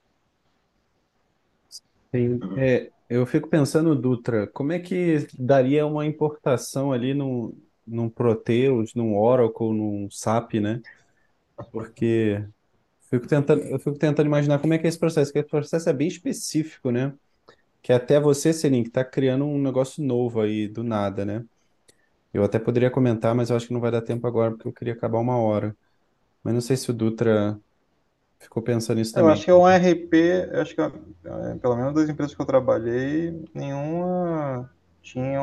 Sim. Eu fico pensando, Dutra, como é que daria uma importação ali num Proteus, num Oracle, num SAP, né? Porque eu fico tentando imaginar como é que é esse processo, porque esse processo é bem específico, né? Que até você, Selin, que está criando um negócio novo aí do nada, né? Eu até poderia comentar, mas eu acho que não vai dar tempo agora, porque eu queria acabar uma hora. Mas não sei se o Dutra ficou pensando nisso Eu acho também. que é um RP, acho que pelo menos das empresas que eu trabalhei, nenhuma tinha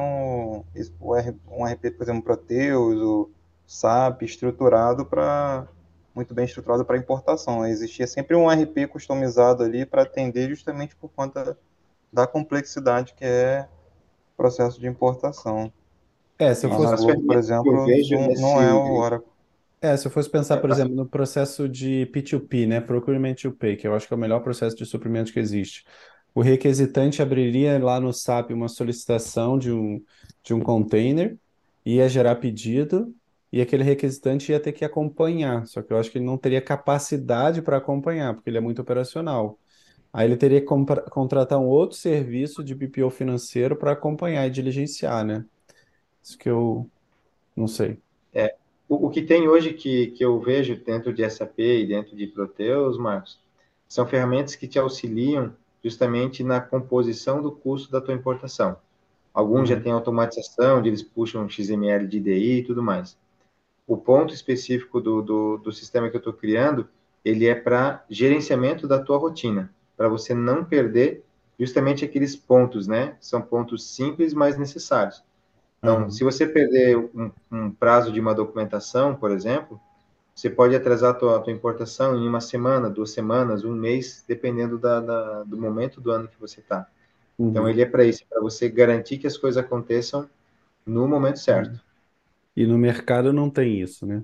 um RP, por exemplo, Proteus, o SAP, estruturado para muito bem estruturado para importação. Existia sempre um RP customizado ali para atender justamente por conta da complexidade que é o processo de importação. Se eu Lá na fosse As Globo, por ferramentas que eu exemplo, vejo não é o nesse... Oracle. Se eu fosse pensar, por exemplo, no processo de P2P, né, Procurement to Pay, que eu acho que é o melhor processo de suprimento que existe. O requisitante abriria lá no SAP uma solicitação de um container, ia gerar pedido, e aquele requisitante ia ter que acompanhar. Só que eu acho que ele não teria capacidade para acompanhar, porque ele é muito operacional. Aí ele teria que contratar um outro serviço de BPO financeiro para acompanhar e diligenciar, né? Isso que eu não sei. O que tem hoje que eu vejo dentro de SAP e dentro de Proteus, Marcos, são ferramentas que te auxiliam justamente na composição do custo da tua importação. Alguns já Uhum. têm automatização, onde eles puxam XML de DI e tudo mais. O ponto específico do sistema que eu estou criando, ele é para gerenciamento da tua rotina, para você não perder justamente aqueles pontos, né? São pontos simples, mas necessários. Então, Aham. se você perder um prazo de uma documentação, por exemplo, você pode atrasar a tua importação em uma semana, 2 semanas, um mês, dependendo do momento do ano que você está. Então, Uhum. ele é para isso, para você garantir que as coisas aconteçam no momento Uhum. certo. E no mercado não tem isso, né?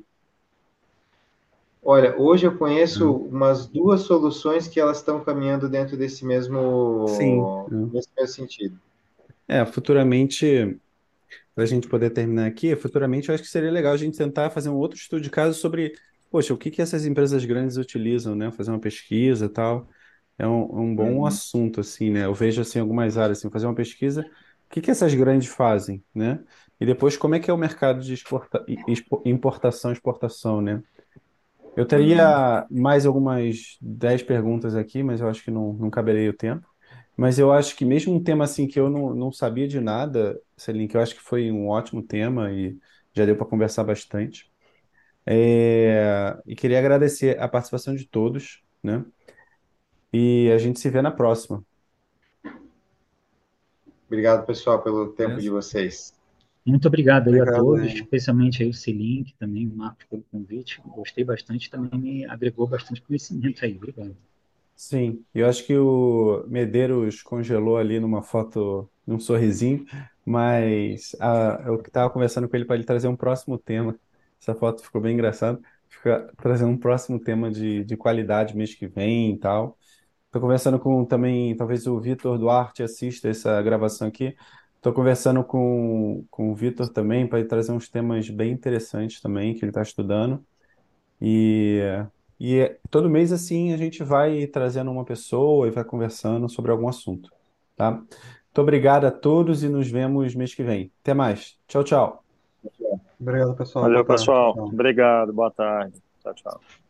Olha, hoje eu conheço Não. umas 2 soluções que elas estão caminhando dentro Sim. nesse mesmo sentido. Futuramente, para a gente poder terminar aqui, futuramente eu acho que seria legal a gente tentar fazer um outro estudo de caso sobre, poxa, o que que essas empresas grandes utilizam, né? Fazer uma pesquisa e tal. É um bom Uhum. assunto, assim, né? Eu vejo, assim, algumas áreas, assim, fazer uma pesquisa, o que que essas grandes fazem, né? E depois, como é que é o mercado de importação e exportação, né? Eu Uhum. teria mais algumas 10 perguntas aqui, mas eu acho que não caberia o tempo. Mas eu acho que mesmo um tema assim que eu não sabia de nada, Celine, que eu acho que foi um ótimo tema e já deu para conversar bastante. E queria agradecer a participação de todos, né? E a gente se vê na próxima, Obrigado, pessoal, pelo tempo de beleza? vocês. Muito obrigado aí a Obrigado todos, aí. especialmente aí o Celink, também o Marcos pelo convite. Gostei bastante, também me agregou bastante conhecimento aí. Obrigado. Sim, eu acho que o Medeiros congelou ali numa foto, num sorrisinho, mas eu estava conversando com ele para ele trazer um próximo tema. Essa foto ficou bem engraçada. Fica trazendo um próximo tema de qualidade mês que vem e tal. Estou conversando com também, talvez o Vitor Duarte assista essa gravação aqui. Estou conversando com o Vitor também para ele trazer uns temas bem interessantes também que ele está estudando. E, todo mês, assim, a gente vai trazendo uma pessoa e vai conversando sobre algum assunto, tá? Muito obrigado a todos e nos vemos mês que vem. Até mais. Tchau, tchau. Obrigado, pessoal. Boa Valeu, tarde. pessoal. Tchau. Obrigado. Boa tarde. Tchau, tchau.